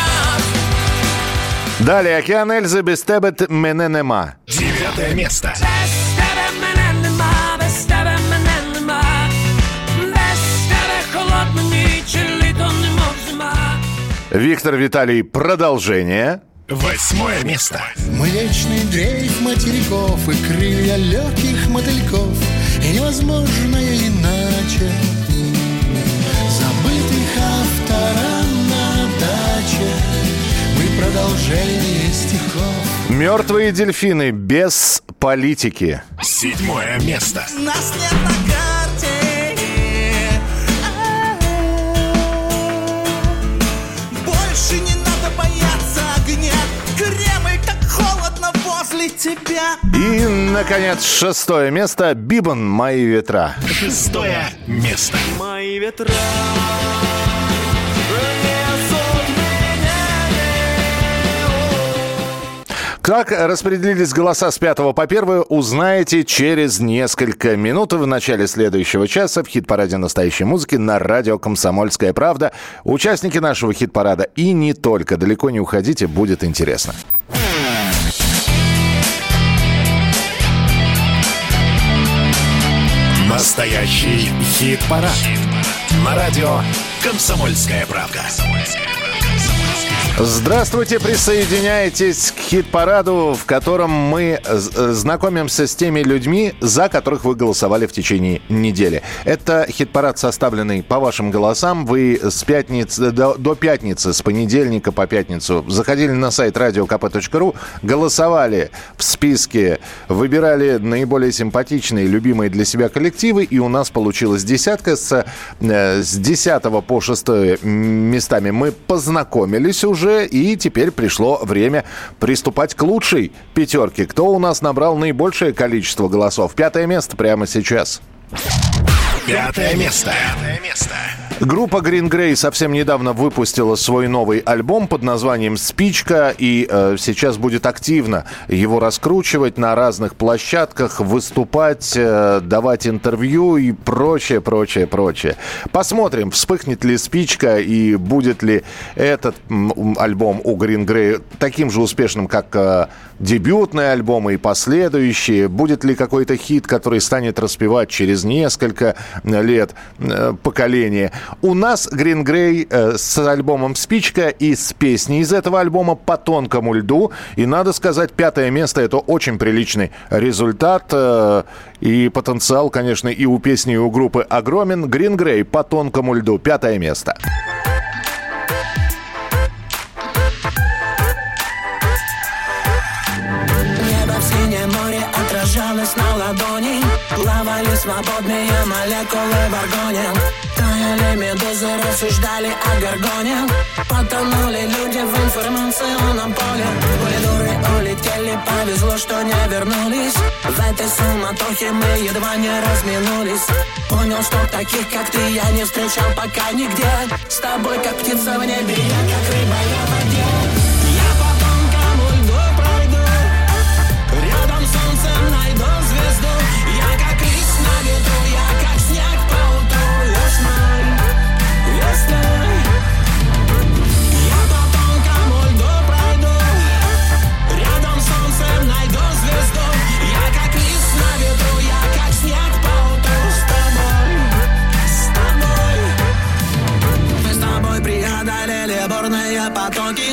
народ. Далее «Океан Эльзы», «Без тебе мене нема». Девятое место. Без тебе мене нема, без тебе мене нема. Без тебе холодно ніч, літо немов зима. Виктор Виталий «Продолжение». Восьмое место. Мы вечный дрейф материков и крылья легких мотыльков, и невозможное иначе забытых автора на даче. Мы продолжение стихов. «Мертвые дельфины», «Без политики». Седьмое место. Нас нет на карте. Больше не надо бояться огня. Кремль, так холодно возле тебя. И, наконец, шестое место. «Бибан. Мои ветра». Шестое место. Мои ветра. Как распределились голоса с пятого по первое, узнаете через несколько минут. В начале следующего часа в хит-параде настоящей музыки на радио «Комсомольская правда». Участники нашего хит-парада и не только. Далеко не уходите, будет интересно. Настоящий хит-парад. На радио «Комсомольская правда». Здравствуйте, присоединяйтесь к хит-параду, в котором мы знакомимся с теми людьми, за которых вы голосовали в течение недели. Это хит-парад, составленный по вашим голосам. Вы с пятницы до, до пятницы, с понедельника по пятницу заходили на сайт радио ка пэ точка ру, голосовали в списке, выбирали наиболее симпатичные, любимые для себя коллективы, и у нас получилась десятка. С, с десятого по шестое местами мы познакомились уже. И теперь пришло время приступать к лучшей пятерке. Кто у нас набрал наибольшее количество голосов? Пятое место прямо сейчас. Пятое место. Пятое место. Группа Green Grey совсем недавно выпустила свой новый альбом под названием «Спичка», и э, сейчас будет активно его раскручивать на разных площадках, выступать, э, давать интервью и прочее, прочее, прочее. Посмотрим, вспыхнет ли «Спичка» и будет ли этот м, альбом у Green Grey таким же успешным, как э, дебютные альбомы и последующие. Будет ли какой-то хит, который станет распевать через несколько лет э, поколения. У нас Green Grey э, с альбомом «Спичка» и с песней из этого альбома «По тонкому льду». И надо сказать, пятое место — это очень приличный результат. Э, и потенциал, конечно, и у песни, и у группы огромен. Green Grey «По тонкому льду». Пятое место. Небо в синее море отражалось на ладони. Плавали свободные молекулы в аргоне. Таяли медузы, рассуждали о горгоне. Потонули люди в информационном поле. Были дуры, улетели, повезло, что не вернулись. В этой суматохе мы едва не разминулись. Понял, что таких, как ты, я не встречал пока нигде. С тобой, как птица в небе, я как рыба в воде. Я по тонкому льду пройду, рядом с солнцем найду звезду. Я как лист на ветру, я как снег по утру. Весной, весной. Я по тонкому льду пройду, рядом с солнцем найду звезду. Я как лист на ветру, я как снег по утру. С тобой, с тобой. Мы с тобой преодолели бурные потоки.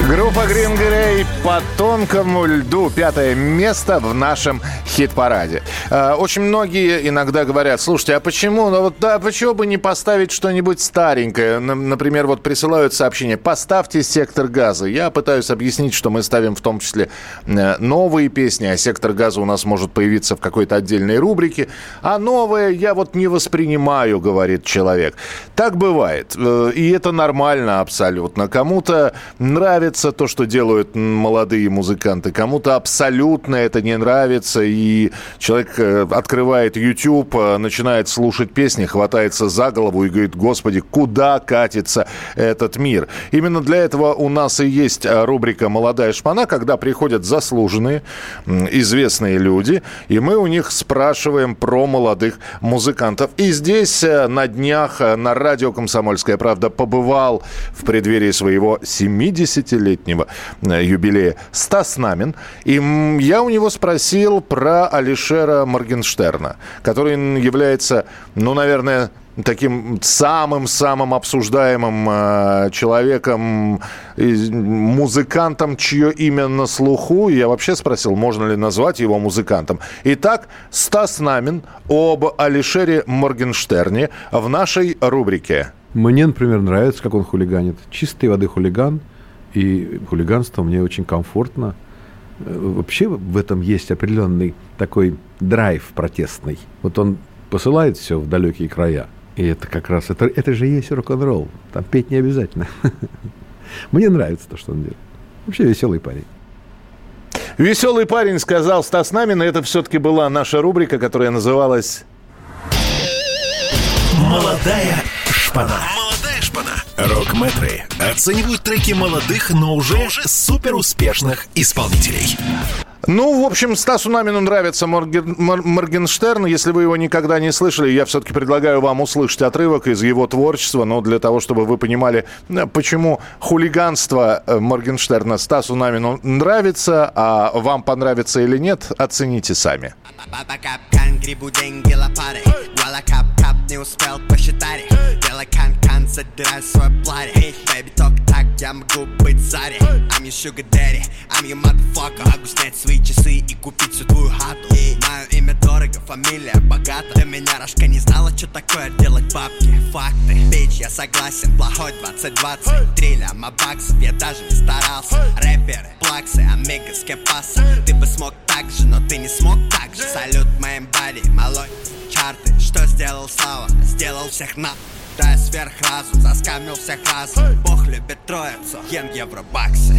Группа Green Grey «По тонкому льду». Пятое место в нашем хит-параде. Очень многие иногда говорят: слушайте, а почему, ну вот да, почему бы не поставить что-нибудь старенькое? Например, вот присылают сообщение: поставьте «Сектор газа». Я пытаюсь объяснить, что мы ставим в том числе новые песни, а «Сектор газа» у нас может появиться в какой-то отдельной рубрике. А новое я вот не воспринимаю, говорит человек. Так бывает. И это нормально абсолютно. Кому-то нравится то, что делают молодые музыканты, кому-то абсолютно это не нравится, и человек открывает YouTube, начинает слушать песни, хватается за голову и говорит: господи, куда катится этот мир? Именно для этого у нас и есть рубрика «Молодая шпана», когда приходят заслуженные, известные люди, и мы у них спрашиваем про молодых музыкантов. И здесь на днях на радио «Комсомольская правда» побывал в преддверии своего семидесятилетия юбилея Стас Намин. И я у него спросил про Алишера Моргенштерна, который является, ну, наверное, таким самым-самым обсуждаемым э, человеком, музыкантом, чье имя на слуху. Я вообще спросил, можно ли назвать его музыкантом. Итак, Стас Намин об Алишере Моргенштерне в нашей рубрике. Мне, например, нравится, как он хулиганит. Чистой воды хулиган. И хулиганство мне очень комфортно. Вообще в этом есть определенный такой драйв протестный. Вот он посылает все в далекие края. И это как раз, это, это же есть рок-н-ролл. Там петь не обязательно. Мне нравится то, что он делает. Вообще веселый парень. Веселый парень, сказал Стас Намин. И это все-таки была наша рубрика, которая называлась «Молодая шпана». Рок-мэтры оценивают треки молодых, но уже, уже суперуспешных исполнителей. Ну, в общем, Стасу Намину нравится Морген, Мор, Моргенштерн. Если вы его никогда не слышали, я все-таки предлагаю вам услышать отрывок из его творчества, но для того, чтобы вы понимали, почему хулиганство Моргенштерна Стасу Намину нравится, а вам понравится или нет, оцените сами. Грибу деньги лопатой, Вала кап-кап, не успел посчитать. Делай кан-кан, задирай свой платье. Бэйби, только так я могу быть Зари. I'm your sugar daddy, I'm your motherfucker. Могу снять свои часы и купить всю твою хату. Мое имя дорого, фамилия богата. До меня Рашка не знала, что такое делать бабки. Факты, бич, я согласен, плохой двадцать двадцать. Три ляма баксов, я даже не старался. Рэперы, плаксы, амигос, кепаса. Ты бы смог так же, но ты не смог так же. Салют моим бади, малой. Чарты, что сделал Слава? Сделал всех на... Да, сверхразум, заскамил всех разом. Бог любит троицу, йен, евро, баксы.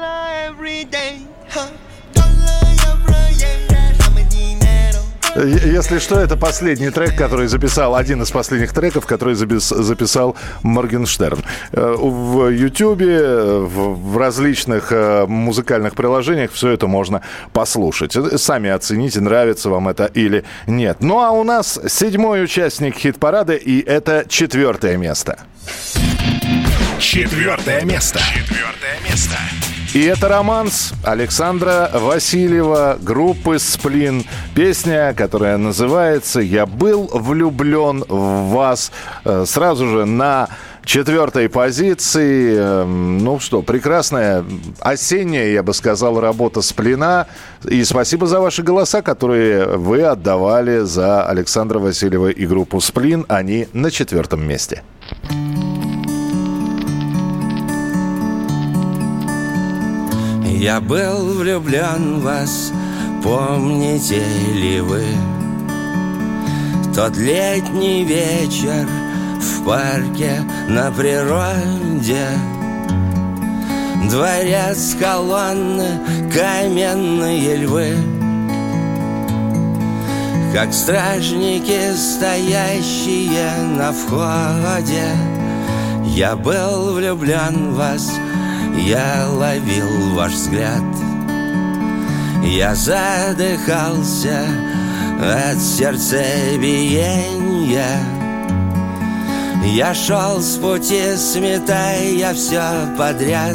Если что, это последний трек, который записал, один из последних треков, который записал Моргенштерн. В Ютьюбе, в различных музыкальных приложениях все это можно послушать. Сами оцените, нравится вам это или нет. Ну а у нас седьмой участник хит-парада, и это четвертое место. Четвертое место. Четвертое место. И это романс Александра Васильева, группы «Сплин». Песня, которая называется «Я был влюблен в вас». Сразу же на четвертой позиции. Ну что, прекрасная осенняя, я бы сказал, работа «Сплина». И спасибо за ваши голоса, которые вы отдавали за Александра Васильева и группу «Сплин». Они на четвертом месте. Я был влюблен в вас, помните ли вы тот летний вечер в парке на природе? Дворец, колонны, каменные львы, как стражники, стоящие на входе. Я был влюблен в вас, я ловил ваш взгляд, я задыхался от сердцебиения. Я шел с пути, сметая все подряд.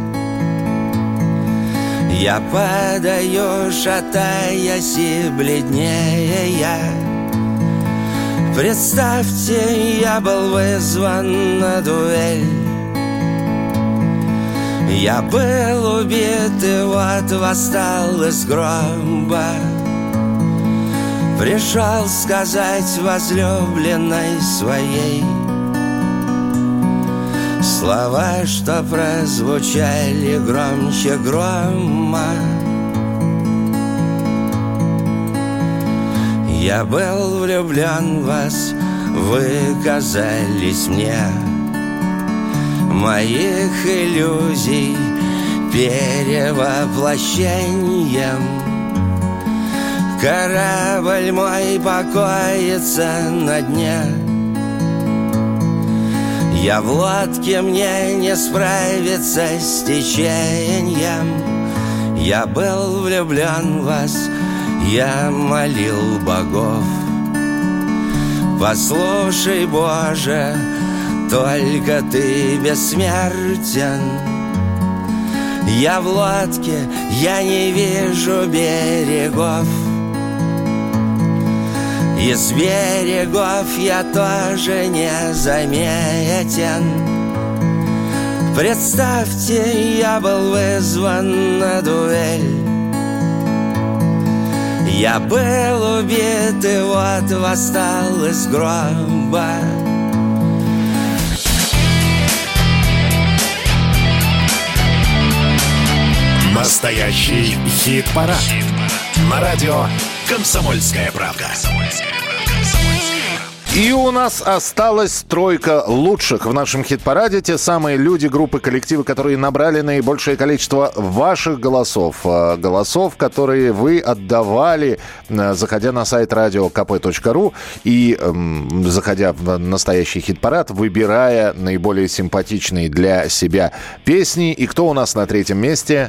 Я падаю, шатаясь и бледнея. Представьте, я был вызван на дуэль. Я был убит и вот восстал из гроба. Пришел сказать возлюбленной своей слова, что прозвучали громче грома. Я был влюблен в вас, вы казались мне моих иллюзий перевоплощением. Корабль мой покоится на дне. Я в лодке, мне не справиться с течением. Я был влюблен в вас, я молил богов. Послушай, Боже, только Ты бессмертен. Я в лодке, я не вижу берегов. Из берегов я тоже не заметен. Представьте, я был вызван на дуэль. Я был убит и вот восстал из гроба. Настоящий хит-парад. На радио «Комсомольская правда». И у нас осталась тройка лучших в нашем хит-параде. Те самые люди, группы, коллективы, которые набрали наибольшее количество ваших голосов. Голосов, которые вы отдавали, заходя на сайт радио ка пэ точка ру и заходя в настоящий хит-парад, выбирая наиболее симпатичные для себя песни. И кто у нас на третьем месте?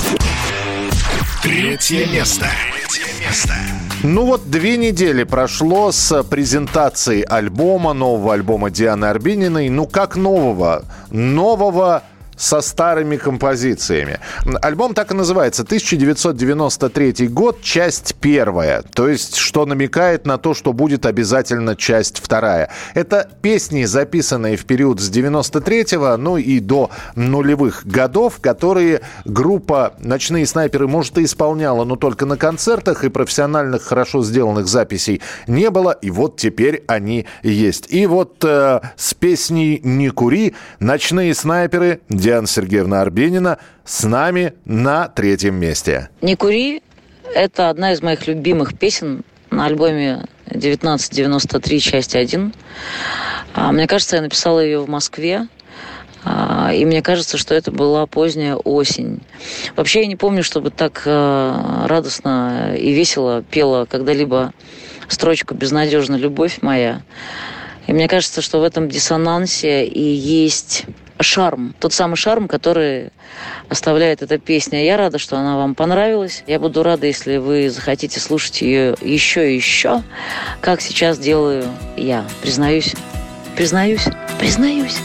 Третье место. Третье место. Ну вот две недели прошло с презентации альбома, нового альбома Дианы Арбениной. Ну как нового? Нового со старыми композициями. Альбом так и называется. тысяча девятьсот девяносто третий год, часть первая. То есть, что намекает на то, что будет обязательно часть вторая. Это песни, записанные в период с девяносто третьего, ну и до нулевых годов, которые группа «Ночные снайперы», может, и исполняла, но только на концертах, и профессиональных, хорошо сделанных записей не было. И вот теперь они есть. И вот э, с песней «Не кури» «Ночные снайперы», Диана Сергеевна Арбенина с нами на третьем месте. «Не кури» — это одна из моих любимых песен на альбоме девятнадцать девяносто три, часть один. Мне кажется, я написала ее в Москве. И мне кажется, что это была поздняя осень. Вообще, я не помню, чтобы так радостно и весело пела когда-либо строчку «Безнадежна любовь моя». И мне кажется, что в этом диссонансе и есть шарм. Тот самый шарм, который оставляет эта песня. Я рада, что она вам понравилась. Я буду рада, если вы захотите слушать ее еще и еще, как сейчас делаю я. Признаюсь, признаюсь, признаюсь.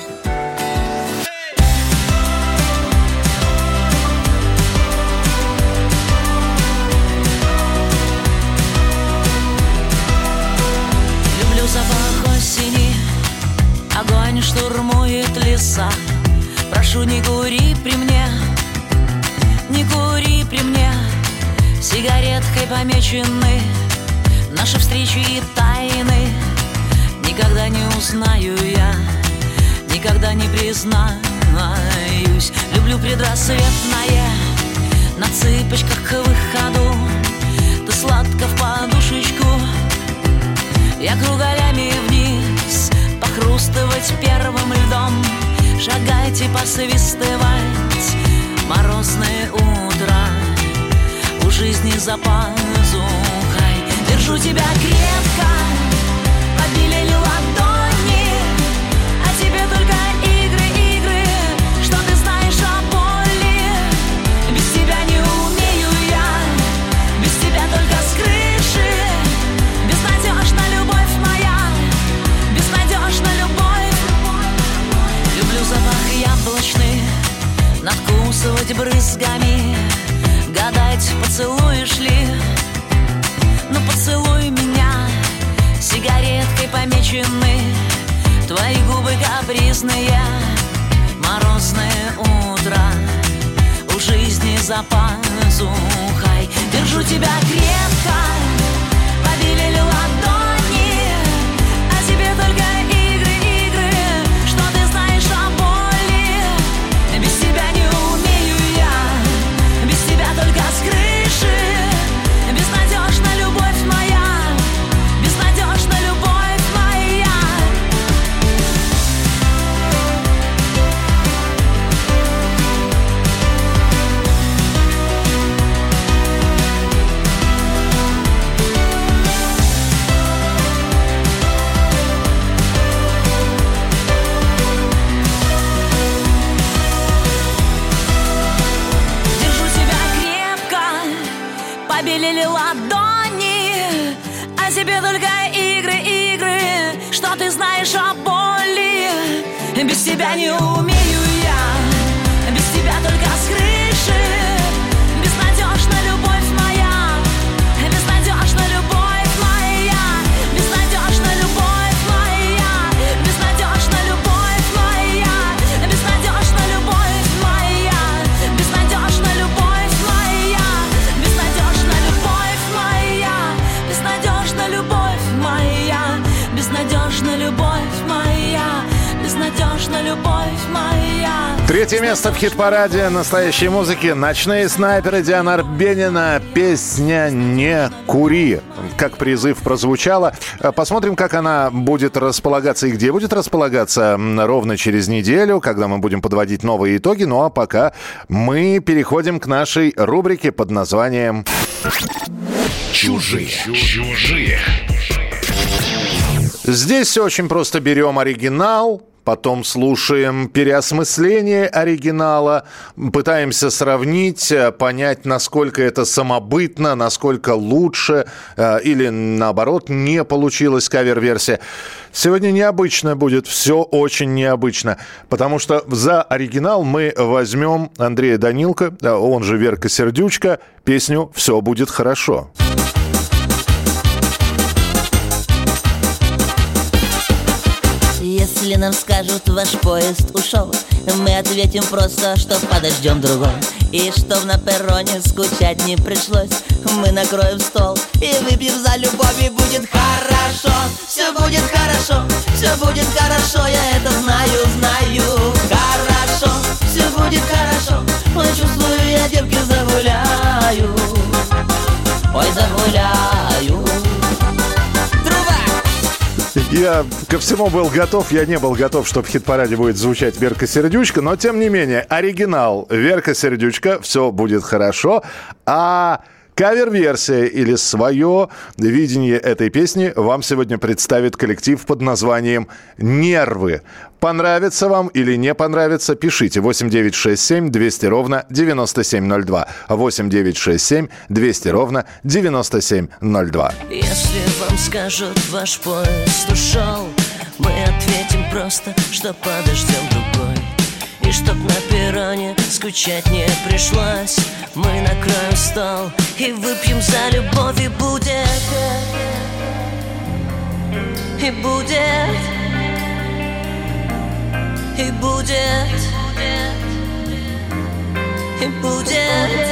Люблю запах осени, огонь штурмует леса. Прошу, не кури при мне, не кури при мне. Сигареткой помечены наши встречи и тайны. Никогда не узнаю я, никогда не признаюсь. Люблю предрассветное, на цыпочках к выходу. Ты сладко в подушечку, я кругалями вниз, похрустывать первым льдом. Шагайте, посвистывать, морозное утро, у жизни за пазухой. Держу тебя крепко, побелели ладони, а тебе только игры, игры, что ты знаешь о боли. Без тебя не умею я, без тебя только с крыши. Безнадежна любовь моя, безнадежна любовь. Люблю запах яблочный, надкусывать брызгами, гадать, поцелуешь ли. Ну поцелуй меня, сигареткой помечены твои губы капризные. Морозное утро, за пазухой. Держу тебя крепко, побелели ладони, а тебе только игры, игры, что ты знаешь о боли. Без тебя не умею я, без тебя только с крыши. Безнадежна любовь моя, безнадежна любовь моя. Держу тебя крепко, побелели ладони, а тебе только игры, игры, что ты знаешь о боли. Без тебя не умею я, без тебя только с крыши. Безнадежна любовь моя, безнадежна любовь моя, безнадежна любовь моя, безнадежна любовь моя, безнадежна любовь моя, безнадежна любовь моя, безнадежна любовь моя, безнадежна любовь моя, безнадежна любовь моя, безнадежна любовь моя. Третье место в хит-параде настоящей музыки. «Ночные снайперы», Диана Арбенина. Песня «Не кури». Как призыв прозвучала. Посмотрим, как она будет располагаться и где будет располагаться ровно через неделю, когда мы будем подводить новые итоги. Ну а пока мы переходим к нашей рубрике под названием Чужие. Чужие. Здесь все очень просто. Берем оригинал, потом слушаем переосмысление оригинала, пытаемся сравнить, понять, насколько это самобытно, насколько лучше или, наоборот, не получилась кавер-версия. Сегодня необычно будет, все очень необычно, потому что за оригинал мы возьмем Андрея Данилко, он же Верка Сердючка, песню «Все будет хорошо». Если нам скажут, ваш поезд ушел, мы ответим просто, что подождем другой. И чтоб на перроне скучать не пришлось, мы накроем стол и выпьем за любовь, и будет хорошо. Все будет хорошо, все будет хорошо, я это знаю, знаю. Хорошо, все будет хорошо, ой, чувствую, я девки загуляю, ой, загуляю. Я ко всему был готов, я не был готов, чтобы в хит-параде будет звучать Верка Сердючка, но тем не менее, оригинал Верка Сердючка, «Все будет хорошо», а кавер-версия или свое видение этой песни вам сегодня представит коллектив под названием «Нервы». Понравится вам или не понравится, пишите восемь девятьсот шестьдесят семь двести ровно девяносто семь ноль два. восемь девятьсот шестьдесят семь двести ровно девяносто семь ноль два. Если вам скажут, ваш поезд ушел, мы ответим просто, что подождем другой. И чтоб на перроне скучать не пришлось, мы накроем стол и выпьем за любовь, и будет, и будет, и будет, и будет.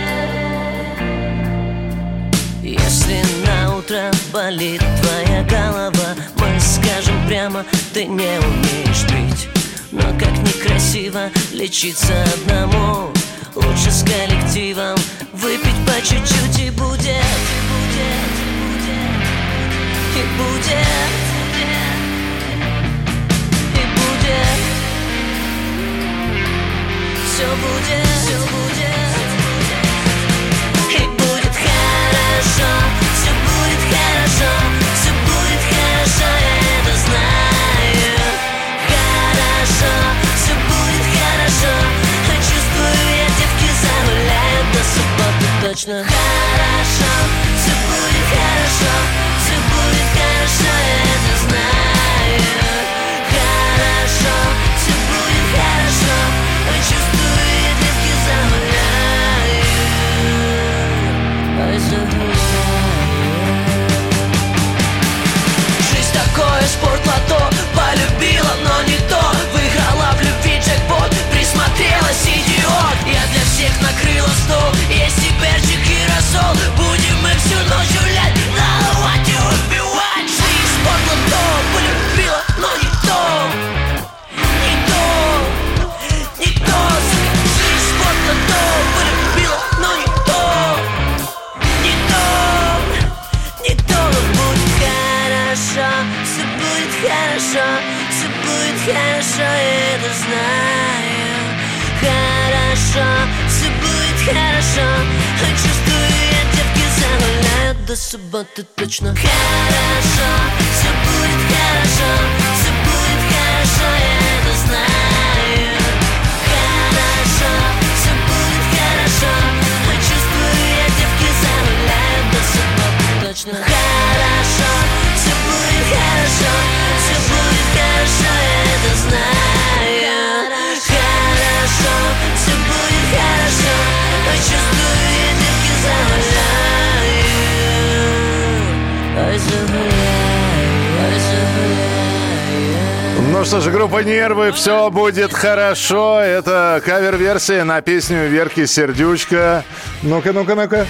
Если на утро болит твоя голова, мы скажем прямо, ты не умеешь пить. Но как некрасиво лечиться одному, лучше с коллективом выпить по чуть-чуть, и будет, и будет, и будет, все будет, все будет, и будет хорошо, все будет хорошо, все будет хорошо, я это знаю. Хорошо, все будет хорошо, чувствую, я девки загуляют до субботы точно. Хорошо, все будет хорошо, все будет хорошо, я это знаю. Хорошо, все будет хорошо, чувствую, я девки загуляют. Ой, загуляют. Жизнь такое, спорт-лото, полюбила, но не то. Выиграла в любви джекпот, присмотрелась, идиот. Я для всех накрыла стол. Чувствую, я девки загуляю до субботы точно. Хорошо, все будет хорошо, все будет хорошо, я это знаю. Хорошо, все будет хорошо. Чувствую, я девки загуляю до субботы точно. Хорошо, все будет хорошо, все будет хорошо, я это знаю. Хорошо, все будет хорошо. Чувствую, я девки загуляю. Ой, загуляю, ой, загуляю. Ну что же, группа «Нервы», «Все будет хорошо». Это кавер-версия на песню Верки Сердючка. Ну-ка, ну-ка, ну-ка.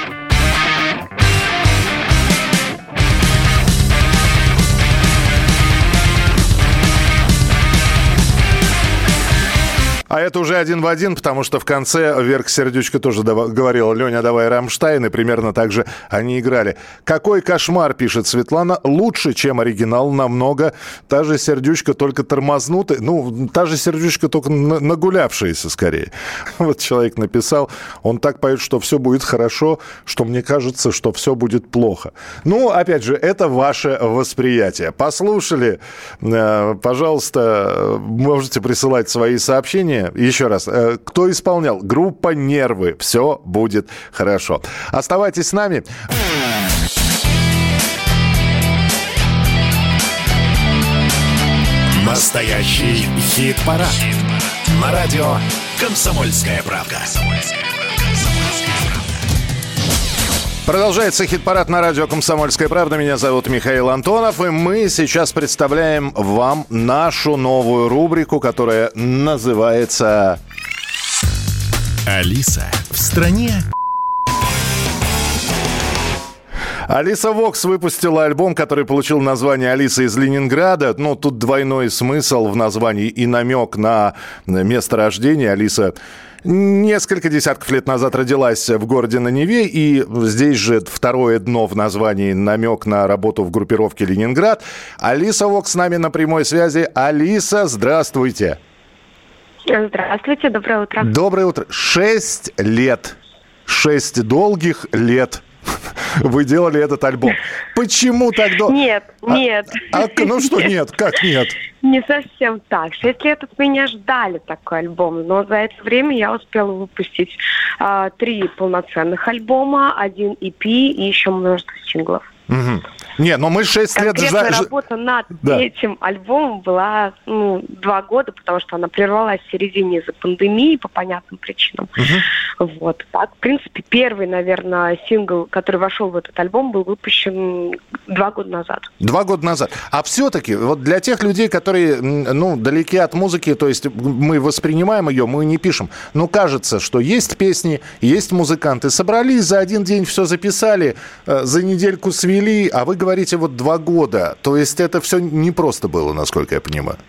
А это уже один в один, потому что в конце Верка Сердючка тоже дав- говорила: «Леня, давай Рамштайн», и примерно так же они играли. «Какой кошмар», пишет Светлана, «лучше, чем оригинал намного. Та же Сердючка, только тормознутая, ну, та же Сердючка, только на- нагулявшаяся скорее». Вот человек написал, он так поет, что все будет хорошо, что мне кажется, что все будет плохо. Ну, опять же, это ваше восприятие. Послушали, э, пожалуйста, можете присылать свои сообщения. Еще раз, кто исполнял? Группа «Нервы». Все будет хорошо. Оставайтесь с нами. Настоящий хит-парад. На радио «Комсомольская правда». Продолжается хит-парад на радио «Комсомольская правда». Меня зовут Михаил Антонов, и мы сейчас представляем вам нашу новую рубрику, которая называется «Алиса в стране». Алиса Вокс выпустила альбом, который получил название «Алиса из Ленинграда». Ну, тут двойной смысл в названии и намек на место рождения. Алиса несколько десятков лет назад родилась в городе на Неве, и здесь же второе дно в названии, намек на работу в группировке «Ленинград». Алиса Вокс с нами на прямой связи. Алиса, здравствуйте. Здравствуйте, доброе утро. Доброе утро. Шесть лет. Шесть долгих лет вы делали этот альбом. Почему так долго? Нет, нет. А, а, ну что нет? Как нет? Не совсем так. Шесть лет от меня ждали такой альбом, но за это время я успела выпустить а, три полноценных альбома, один и пи и еще множество синглов. Угу. Не, но мы шесть лет... Конкретная работа над да. этим альбомом была ну, два года, потому что она прервалась в середине из-за пандемии по понятным причинам. Угу. Вот. Так, в принципе, первый, наверное, сингл, который вошел в этот альбом, был выпущен два года назад. Два года назад. А все-таки, вот для тех людей, которые, ну, далеки от музыки, то есть мы воспринимаем ее, мы не пишем, но кажется, что есть песни, есть музыканты, собрались, за один день все записали, за недельку свели, а вы говорите, вот два года. То есть это все непросто было, насколько я понимаю.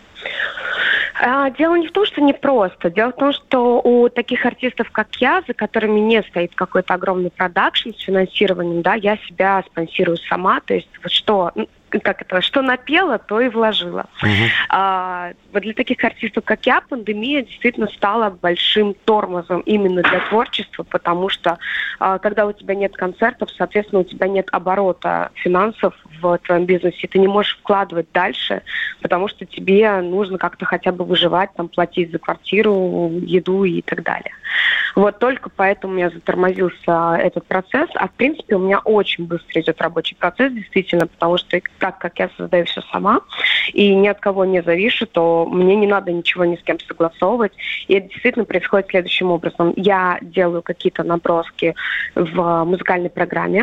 Дело не в том, что непросто. Дело в том, что у таких артистов, как я, за которыми не стоит какой-то огромный продакшн с финансированием, да, я себя спонсирую сама. То есть вот что... как это, что напела, то и вложила. Uh-huh. А, вот для таких артистов, как я, пандемия действительно стала большим тормозом именно для творчества, потому что а, когда у тебя нет концертов, соответственно, у тебя нет оборота финансов в твоем бизнесе, ты не можешь вкладывать дальше, потому что тебе нужно как-то хотя бы выживать, там, платить за квартиру, еду и так далее. Вот только поэтому у меня затормозился этот процесс, а в принципе у меня очень быстро идет рабочий процесс, действительно, потому что так как я создаю все сама и ни от кого не завишу, то мне не надо ничего ни с кем согласовывать. И это действительно происходит следующим образом. Я делаю какие-то наброски в музыкальной программе.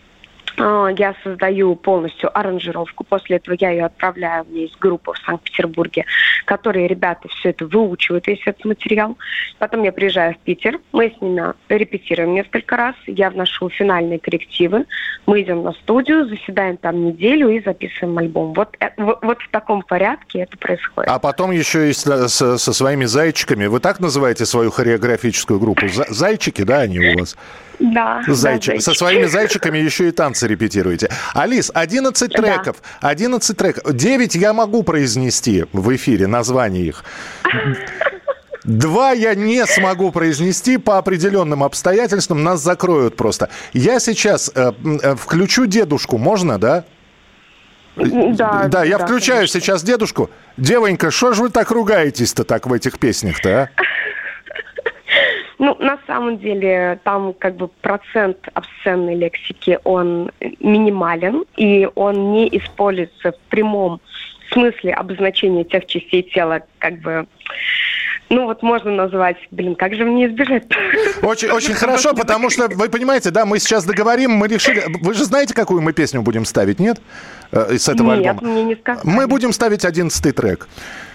Я создаю полностью аранжировку. После этого я ее отправляю. У меня есть группа в Санкт-Петербурге, которые ребята все это выучивают, весь этот материал. Потом я приезжаю в Питер. Мы с ними репетируем несколько раз. Я вношу финальные коррективы. Мы идем на студию, заседаем там неделю и записываем альбом. Вот, вот в таком порядке это происходит. А потом еще и со, со своими зайчиками. Вы так называете свою хореографическую группу? Зайчики, да, они у вас? Да. Зайчик. Да, со своими зайчиками еще и танцы репетируете. Алис, одиннадцать треков. Да. одиннадцать треков. девять я могу произнести в эфире, название их. Два я не смогу произнести по определенным обстоятельствам, нас закроют просто. Я сейчас э, э, включу дедушку, можно, да? Да, да, я да, включаю конечно. сейчас дедушку. Девонька, что же вы так ругаетесь-то так в этих песнях-то, а? Ну, на самом деле, там как бы процент обсценной лексики, он минимален, и он не используется в прямом смысле обозначения тех частей тела, как бы... Ну, вот можно назвать, блин, как же мне избежать? Очень, очень хорошо, потому что, вы понимаете, да, мы сейчас договорим, мы решили... Вы же знаете, какую мы песню будем ставить, нет? Э, с этого нет, альбома. Мне не сказали. Мы будем ставить одиннадцатый трек.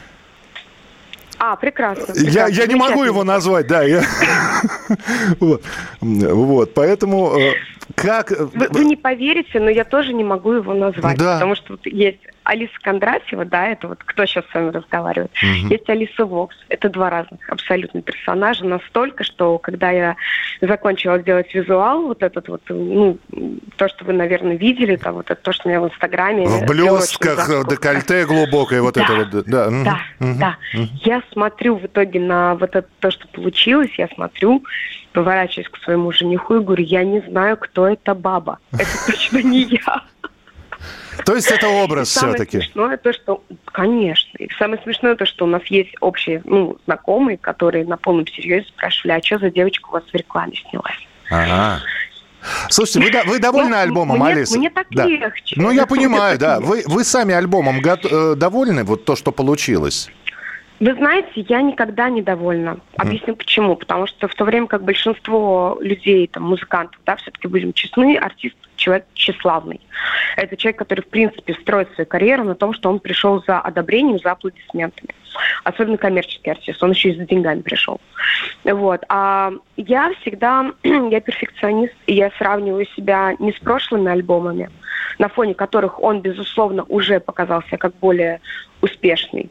А, прекрасно. Я, прекрасно. я не могу его назвать, да. Я... вот. вот, поэтому... Как... Вы, вы не поверите, но я тоже не могу его назвать. Да. Потому что вот есть Алиса Кондратьева, да, это вот кто сейчас с вами разговаривает. Угу. Есть Алиса Вокс. Это два разных абсолютно персонажа. Настолько, что когда я закончила делать визуал, вот этот вот, ну, то, что вы, наверное, видели, там, вот это то, что у меня в Инстаграме. В блестках, декольте глубокое, вот да, это вот. Да, да, угу. да. Угу. Я смотрю в итоге на вот это, то, что получилось, я смотрю, поворачиваюсь к своему жениху и говорю, я не знаю, кто эта баба. Это точно не я. То есть это образ все-таки? Самое смешное то, что... Конечно. И самое смешное то, что у нас есть общие, ну, знакомые, которые на полном серьезе спрашивали, а что за девочка у вас в рекламе снялась? Ага. Слушайте, вы, вы довольны ну, альбомом, мне, Алиса? Мне так да. легче. Ну, я понимаю, да. Вы, вы сами альбомом го- довольны, вот то, что получилось? Вы знаете, я никогда не довольна. Объясню почему. Потому что в то время как большинство людей, там, музыкантов, да, все-таки будем честны, артист человек тщеславный. Это человек, который, в принципе, строит свою карьеру на том, что он пришел за одобрением, за аплодисментами. Особенно коммерческий артист. Он еще и за деньгами пришел. Вот. А я всегда, я перфекционист, и я сравниваю себя не с прошлыми альбомами, на фоне которых он, безусловно, уже показался как более успешный.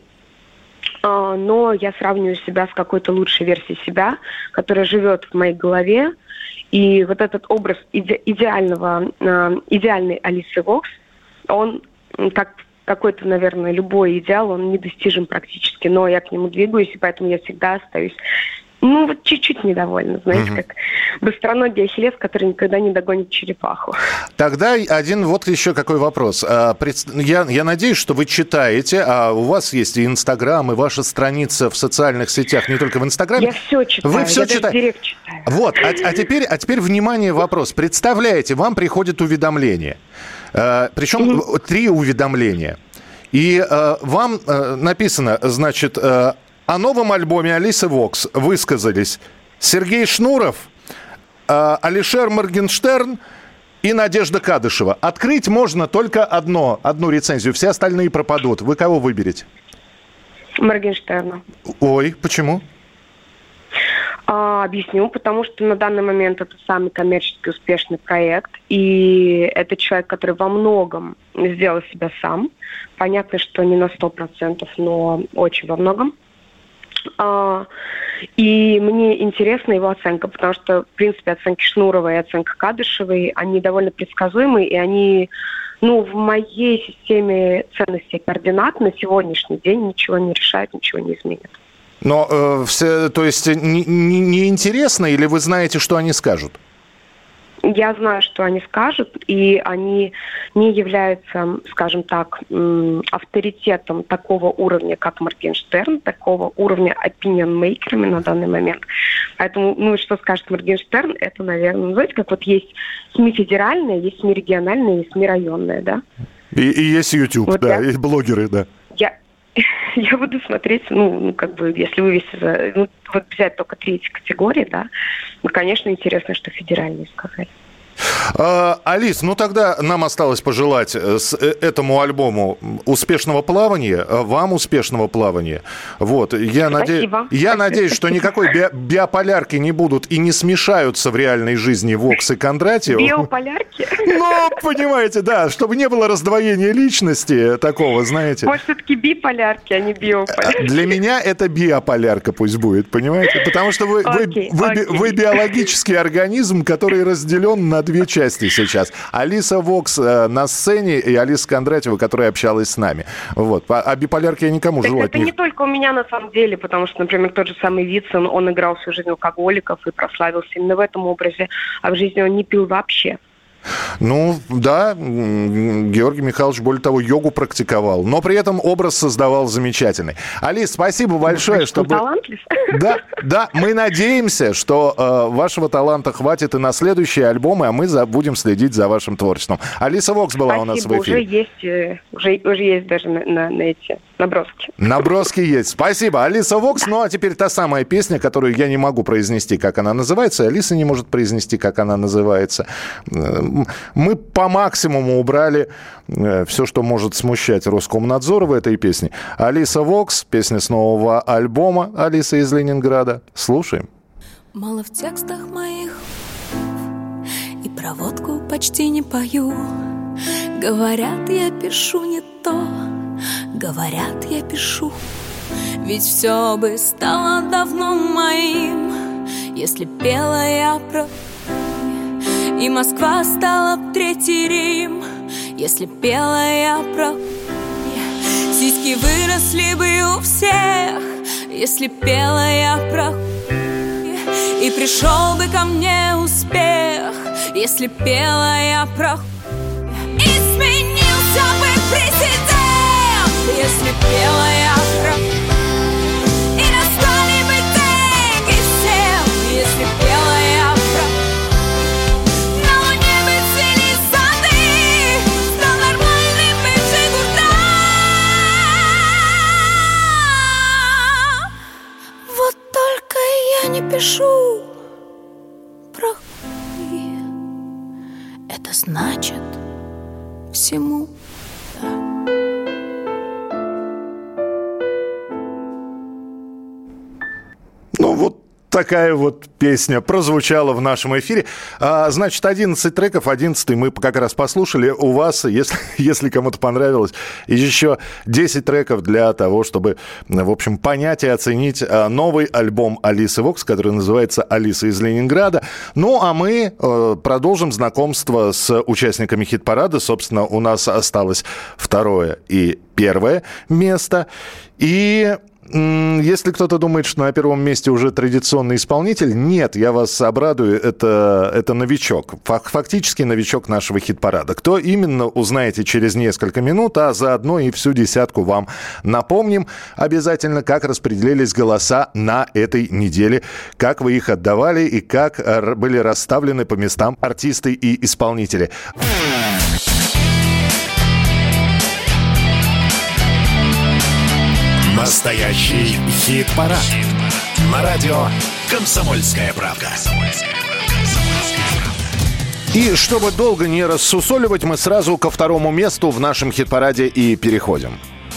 Но я сравниваю себя с какой-то лучшей версией себя, которая живет в моей голове. И вот этот образ иде- идеального, идеальной Алисы Вокс, он, как какой-то, наверное, любой идеал, он недостижим практически. Но я к нему двигаюсь, и поэтому я всегда остаюсь, ну, вот чуть-чуть недовольна, знаете, угу. как быстроногий Ахиллес, который никогда не догонит черепаху. Тогда один вот еще какой вопрос. Я, я надеюсь, что вы читаете, а у вас есть и Инстаграм, и ваша страница в социальных сетях, не только в Инстаграме. Я все читаю, вы все я читаете. даже директ читаю. Вот, а, а, теперь, а теперь, внимание, вопрос. Представляете, вам приходит уведомление, причем угу. три уведомления, и вам написано, значит... О новом альбоме Алисы Вокс высказались Сергей Шнуров, э, Алишер Моргенштерн и Надежда Кадышева. Открыть можно только одно, одну рецензию, все остальные пропадут. Вы кого выберете? Моргенштерна. Ой, почему? А, объясню, потому что на данный момент это самый коммерчески успешный проект, и это человек, который во многом сделал себя сам. Понятно, что не на сто процентов, но очень во многом. Uh, и мне интересна его оценка, потому что, в принципе, оценки Шнуровой и оценка Кадышевой, они довольно предсказуемые, и они, ну, в моей системе ценностей и координат на сегодняшний день ничего не решают, ничего не изменят. Но, э, все, то есть, не, не, не интересно, или вы знаете, что они скажут? Я знаю, что они скажут, и они не являются, скажем так, авторитетом такого уровня, как Моргенштерн, такого уровня opinion-мейкерами на данный момент. Поэтому, ну, что скажет Моргенштерн, это, наверное, знаете, как вот есть СМИ федеральные, есть СМИ региональные, есть СМИ районные, да? И, и есть YouTube, вот да, я, и блогеры, да. Я, я буду смотреть, ну, ну, как бы, если вывести, за, ну, вот взять только три эти категории, да, ну, конечно, интересно, что федеральные сказали. А, Алис, ну тогда нам осталось пожелать с этому альбому успешного плавания, вам успешного плавания. Вот, я, наде... я надеюсь, что никакой би... биополярки не будут и не смешаются в реальной жизни Вокс и Кондратьев. Биополярки? Ну, понимаете, да, чтобы не было раздвоения личности такого, знаете. Может, все-таки биполярки, а не биополярки? Для меня это биополярка пусть будет, понимаете? Потому что вы, okay, вы, okay. вы, вы биологический организм, который разделен на две части. счастье сейчас. Алиса Вокс э, на сцене и Алиса Кондратьева, которая общалась с нами. Вот. А, а биполярки я никому так желать это не... не только у меня на самом деле, потому что, например, тот же самый Вицин, он играл всю жизнь алкоголиков и прославился именно в этом образе, а в жизни он не пил вообще. Ну, да, Георгий Михайлович, более того, йогу практиковал, но при этом образ создавал замечательный. Алис, спасибо большое, Значит, чтобы... талантлив. Да, да, мы надеемся, что э, вашего таланта хватит и на следующие альбомы, а мы за... будем следить за вашим творчеством. Алиса Вокс была спасибо, у нас в эфире. Уже есть, уже, уже есть даже на, на, на эти наброски. Наброски есть. Спасибо. Алиса Вокс. Ну, а теперь та самая песня, которую я не могу произнести, как она называется, и Алиса не может произнести, как она называется. Мы по максимуму убрали все, что может смущать Роскомнадзор в этой песне. Алиса Вокс, песня с нового альбома Алиса из Ленинграда. Слушаем. Мало в текстах моих, и про водку почти не пою. Говорят, я пишу не то, говорят, я пишу. Ведь все бы стало давно моим, если пела я про... И Москва стала б третий Рим, если пела я про... Сиськи выросли бы у всех, если пела я про... И пришел бы ко мне успех, если пела я про... И сменился бы президент, если пела я про... И настали бы деньги всем, если пела я про... На луне бы цвели сады, стал нормальным бы Жигурда. Вот только я не пишу про хуй. Это значит всему да. Ну вот такая вот песня прозвучала в нашем эфире. А, значит, одиннадцать треков, одиннадцатый мы как раз послушали. У вас, если, если кому-то понравилось, еще десять треков для того, чтобы, в общем, понять и оценить новый альбом Алисы Вокс, который называется «Алиса из Ленинграда». Ну, а мы э, продолжим знакомство с участниками хит-парада. Собственно, у нас осталось второе и первое место. И... Если кто-то думает, что на первом месте уже традиционный исполнитель, нет, я вас обрадую, это, это новичок, фактически новичок нашего хит-парада. Кто именно, узнаете через несколько минут, а заодно и всю десятку вам напомним обязательно, как распределились голоса на этой неделе, как вы их отдавали и как были расставлены по местам артисты и исполнители. Настоящий хит-парад. Хит-парад. На радио «Комсомольская правда». И чтобы долго не рассусоливать, мы сразу ко второму месту в нашем хит-параде и переходим.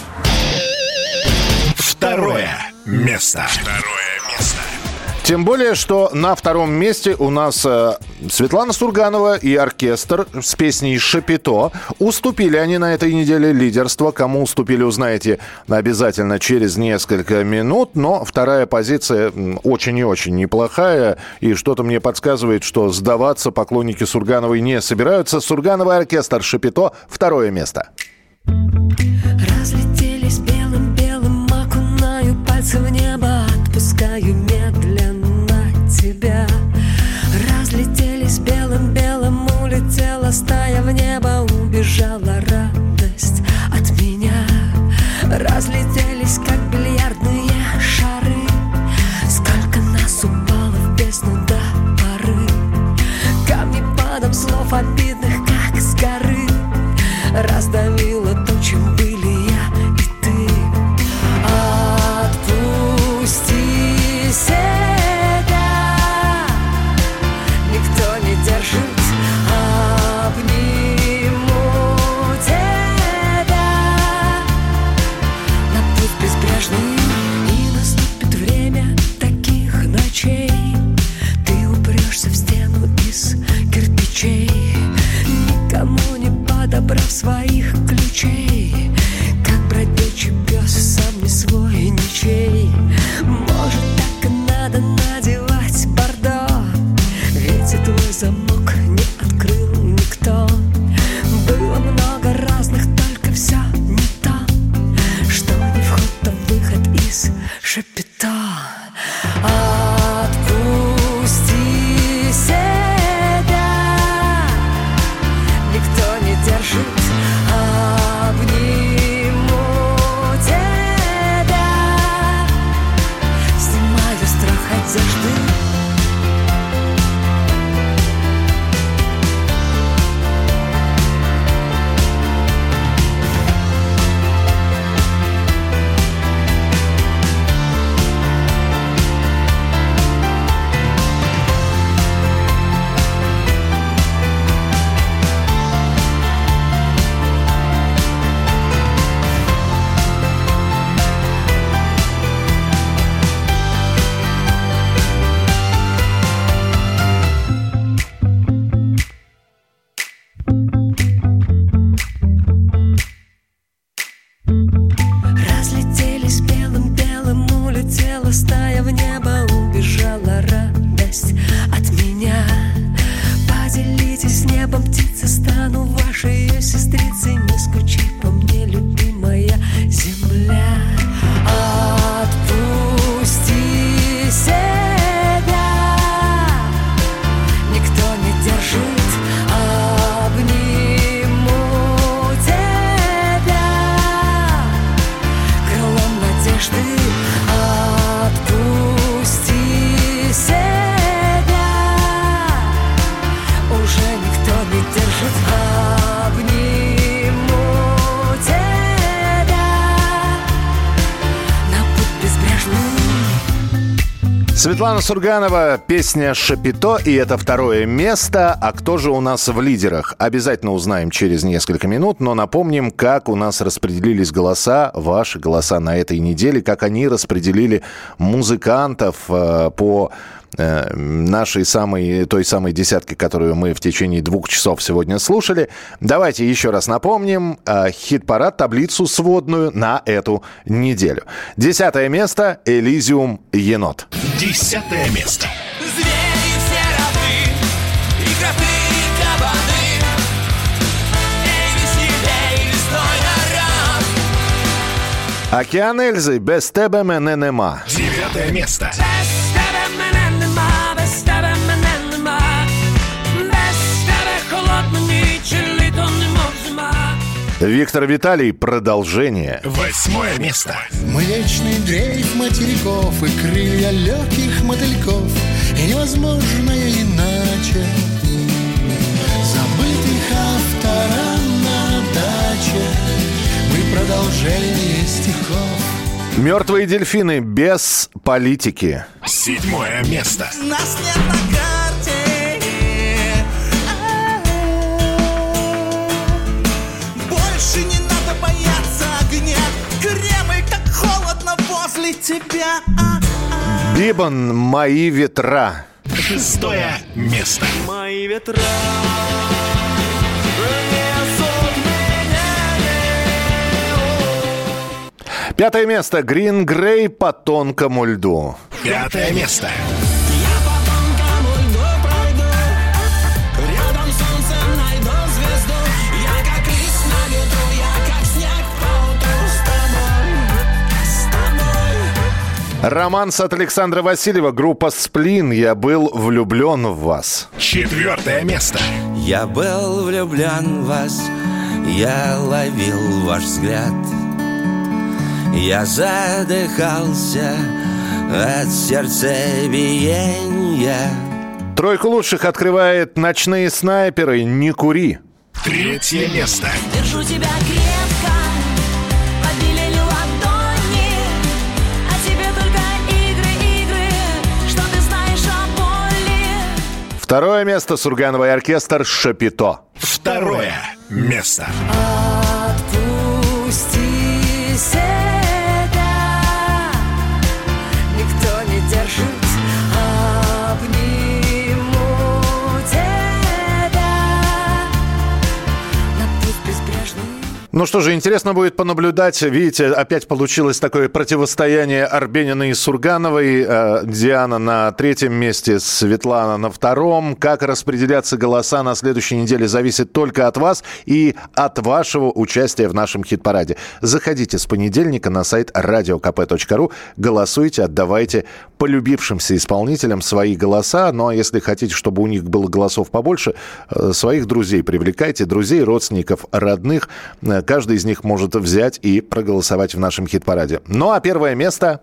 Второе место. Второе место. Тем более, что на втором месте у нас э, Светлана Сурганова и оркестр с песней «Шапито». Уступили они на этой неделе лидерство. Кому уступили, узнаете обязательно через несколько минут. Но вторая позиция очень и очень неплохая. И что-то мне подсказывает, что сдаваться поклонники Сургановой не собираются. Сурганова и оркестр «Шапито». Второе место. Разлетелись белым-белым, окунаю пальцы в небо, отпускаю медленно тебя. Разлетелись белым-белым, улетела стая в небо, убежала радость от меня. Разлетелись, как бильярдные шары, сколько нас упало в бездну до поры. Камни падом слов обидных, как с горы, раздавило то, чем были я и ты. Отпусти сердце. Светлана Сурганова, песня «Шапито», и это второе место. А кто же у нас в лидерах? Обязательно узнаем через несколько минут, но напомним, как у нас распределились голоса, ваши голоса на этой неделе, как они распределили музыкантов э, по э, нашей самой, той самой десятке, которую мы в течение двух часов сегодня слушали. Давайте еще раз напомним э, хит-парад, таблицу сводную на эту неделю. Десятое место «Элизиум. Енот». Десятое место. Звери все равны, и коты, и кабаны. Эй, веселей, лесной народ. «Океан Эльзы. Без тебе мене нема». Девятое место. Без тебе мене нема, без тебе мене нема. Без тебе холодна ніч, і літо немов зима. Виктор Виталий. «Продолжение». Восьмое место. Млечный дрейф материков и крылья легких мотыльков, и невозможное иначе. Забытых автора на даче, мы продолжение стихов. «Мертвые дельфины. Без политики». Седьмое место. Нас нет на карте. Больше не надо бояться огня. Кремль, как холодно возле тебя. Бибан. «Мои ветра». Шестое место. Мои ветра. Пятое место. Green Grey. «По тонкому льду». Пятое место. Я по тонкому льду пройду, рядом солнце найду звезду. Я как лист на ветру, я как снег по утру с тобой, с тобой. Романс от Александра Васильева. Группа «Сплин». «Я был влюблен в вас». Четвертое место. Я был влюблен в вас, я ловил ваш взгляд. Я задыхался от сердцебиения. Тройку лучших открывает «Ночные снайперы». «Не кури». Третье место. Держу тебя крепко, побелели ладони, а тебе только игры, игры, что ты знаешь о боли. Второе место. Сурганова и оркестр «Шапито». Второе место. Отпусти себя, никто не держит, обниму тебя на путь безбрежный. Ну что же, интересно будет понаблюдать. Видите, опять получилось такое противостояние Арбенина и Сургановой. Э, Диана на третьем месте, Светлана на втором. Как распределяться голоса на следующей неделе, зависит только от вас и от вашего участия в нашем хит-параде. Заходите с понедельника на сайт радио ка пэ точка ру, голосуйте, отдавайте полюбившимся исполнителям свои голоса. Ну а если хотите, чтобы у них было голосов побольше, э, своих друзей привлекайте, друзей, родственников, родных. Каждый из них может взять и проголосовать в нашем хит-параде. Ну а первое место...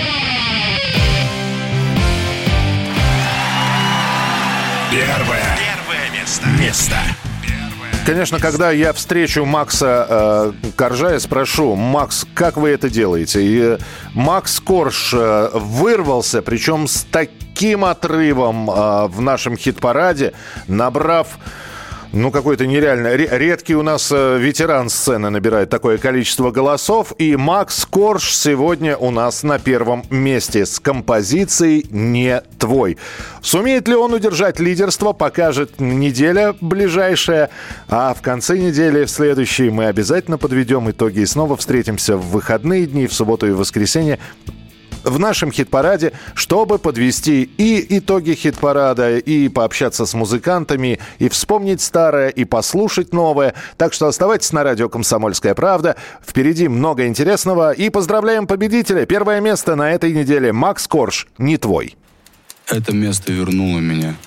Первое. Первое место. Место. Конечно, когда я встречу Макса э, Коржа, спрошу: Макс, как вы это делаете? И э, Макс Корж э, вырвался, причем с таким отрывом э, в нашем хит-параде, набрав... Ну, какой-то нереально редкий у нас э, ветеран сцены набирает такое количество голосов. И Макс Корж сегодня у нас на первом месте с композицией «Не твой». Сумеет ли он удержать лидерство, покажет неделя ближайшая. А в конце недели, в следующей, мы обязательно подведем итоги и снова встретимся в выходные дни, в субботу и воскресенье, в нашем хит-параде, чтобы подвести и итоги хит-парада, и пообщаться с музыкантами, и вспомнить старое, и послушать новое. Так что оставайтесь на радио «Комсомольская правда». Впереди много интересного. И поздравляем победителя. Первое место на этой неделе. Макс Корж. «Не твой». Это место вернуло меня.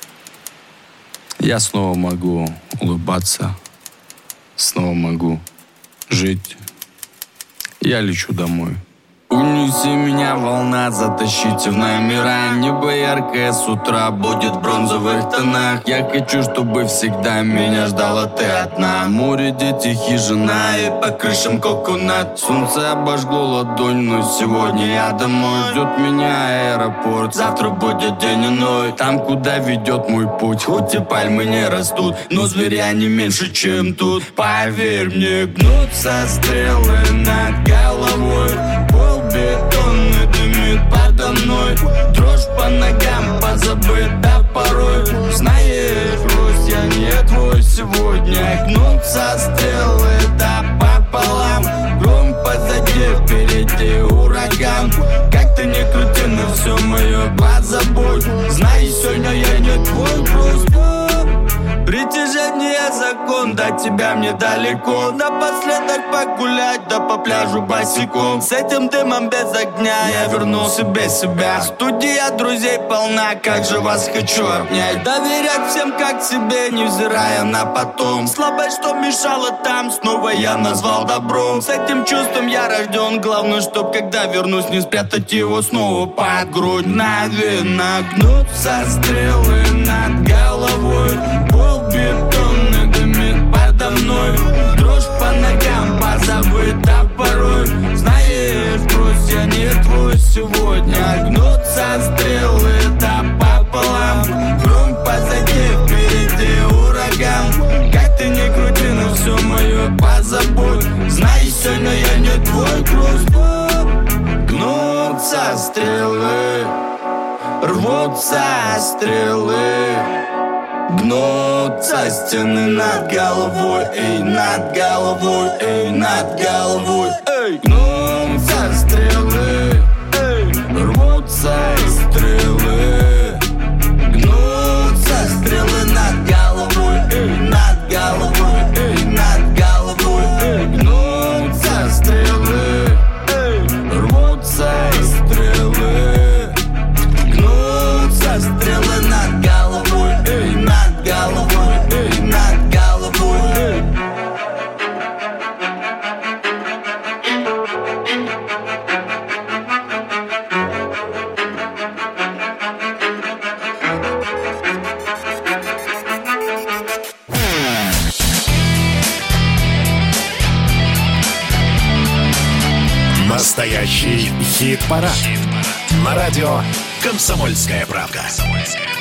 Я снова могу улыбаться. Снова могу жить. Я лечу домой. Унеси меня, волна, затащите в номера. Небо яркое с утра будет в бронзовых тонах. Я хочу, чтобы всегда меня ждала ты одна. Море, дети, хижина и по крышам коконат. Солнце обожгло ладонь, но сегодня я домой. Ждет меня аэропорт, завтра будет день иной. Там, куда ведет мой путь, хоть и пальмы не растут, но зверя не меньше, чем тут. Поверь мне, гнутся стрелы над головой. Пол бетонный дымит подо мной. Дрожь по ногам позабыта порой. Знаешь, грусть, я не твой сегодня. Гнутся стрелы, да пополам. Гром позади, впереди ураган. Как ты не крути, но все мое позабудь. Знай, сегодня я не твой груз. Притяжение закон, до тебя мне далеко. Напоследок погулять, да по пляжу босиком. С этим дымом без огня я вернул себе себя. Студия друзей полна, как же вас хочу обнять. Доверять всем как себе, невзирая на потом. Слабость, что мешало там, снова я назвал добром. С этим чувством я рожден, главное, чтоб когда вернусь, не спрятать его снова под грудь. Наверно, гнутся стрелы над головой. Пол бетонный дымит подо мной. Дрожь по ногам позабыта порой. Знаешь, брось, я не твой сегодня. Гнутся стрелы, да пополам. Гром позади, впереди ураган. Как ты не крути, но все мое позабудь. Знай, сегодня я не твой груз. Гнутся стрелы, рвутся стрелы. Гнутся стены над головой, эй, над головой, эй, над головой, эй. Гнутся стрелы, эй, рвутся стрелы. Гнутся стрелы над головой, эй, над головой, эй, над головой, эй. Гнутся стрелы, эй, рвутся стрелы. Гнутся стрелы над головой, эй, над головой, эй, над головой, эй. Настоящий хит-парад. На радио «Комсомольская правда».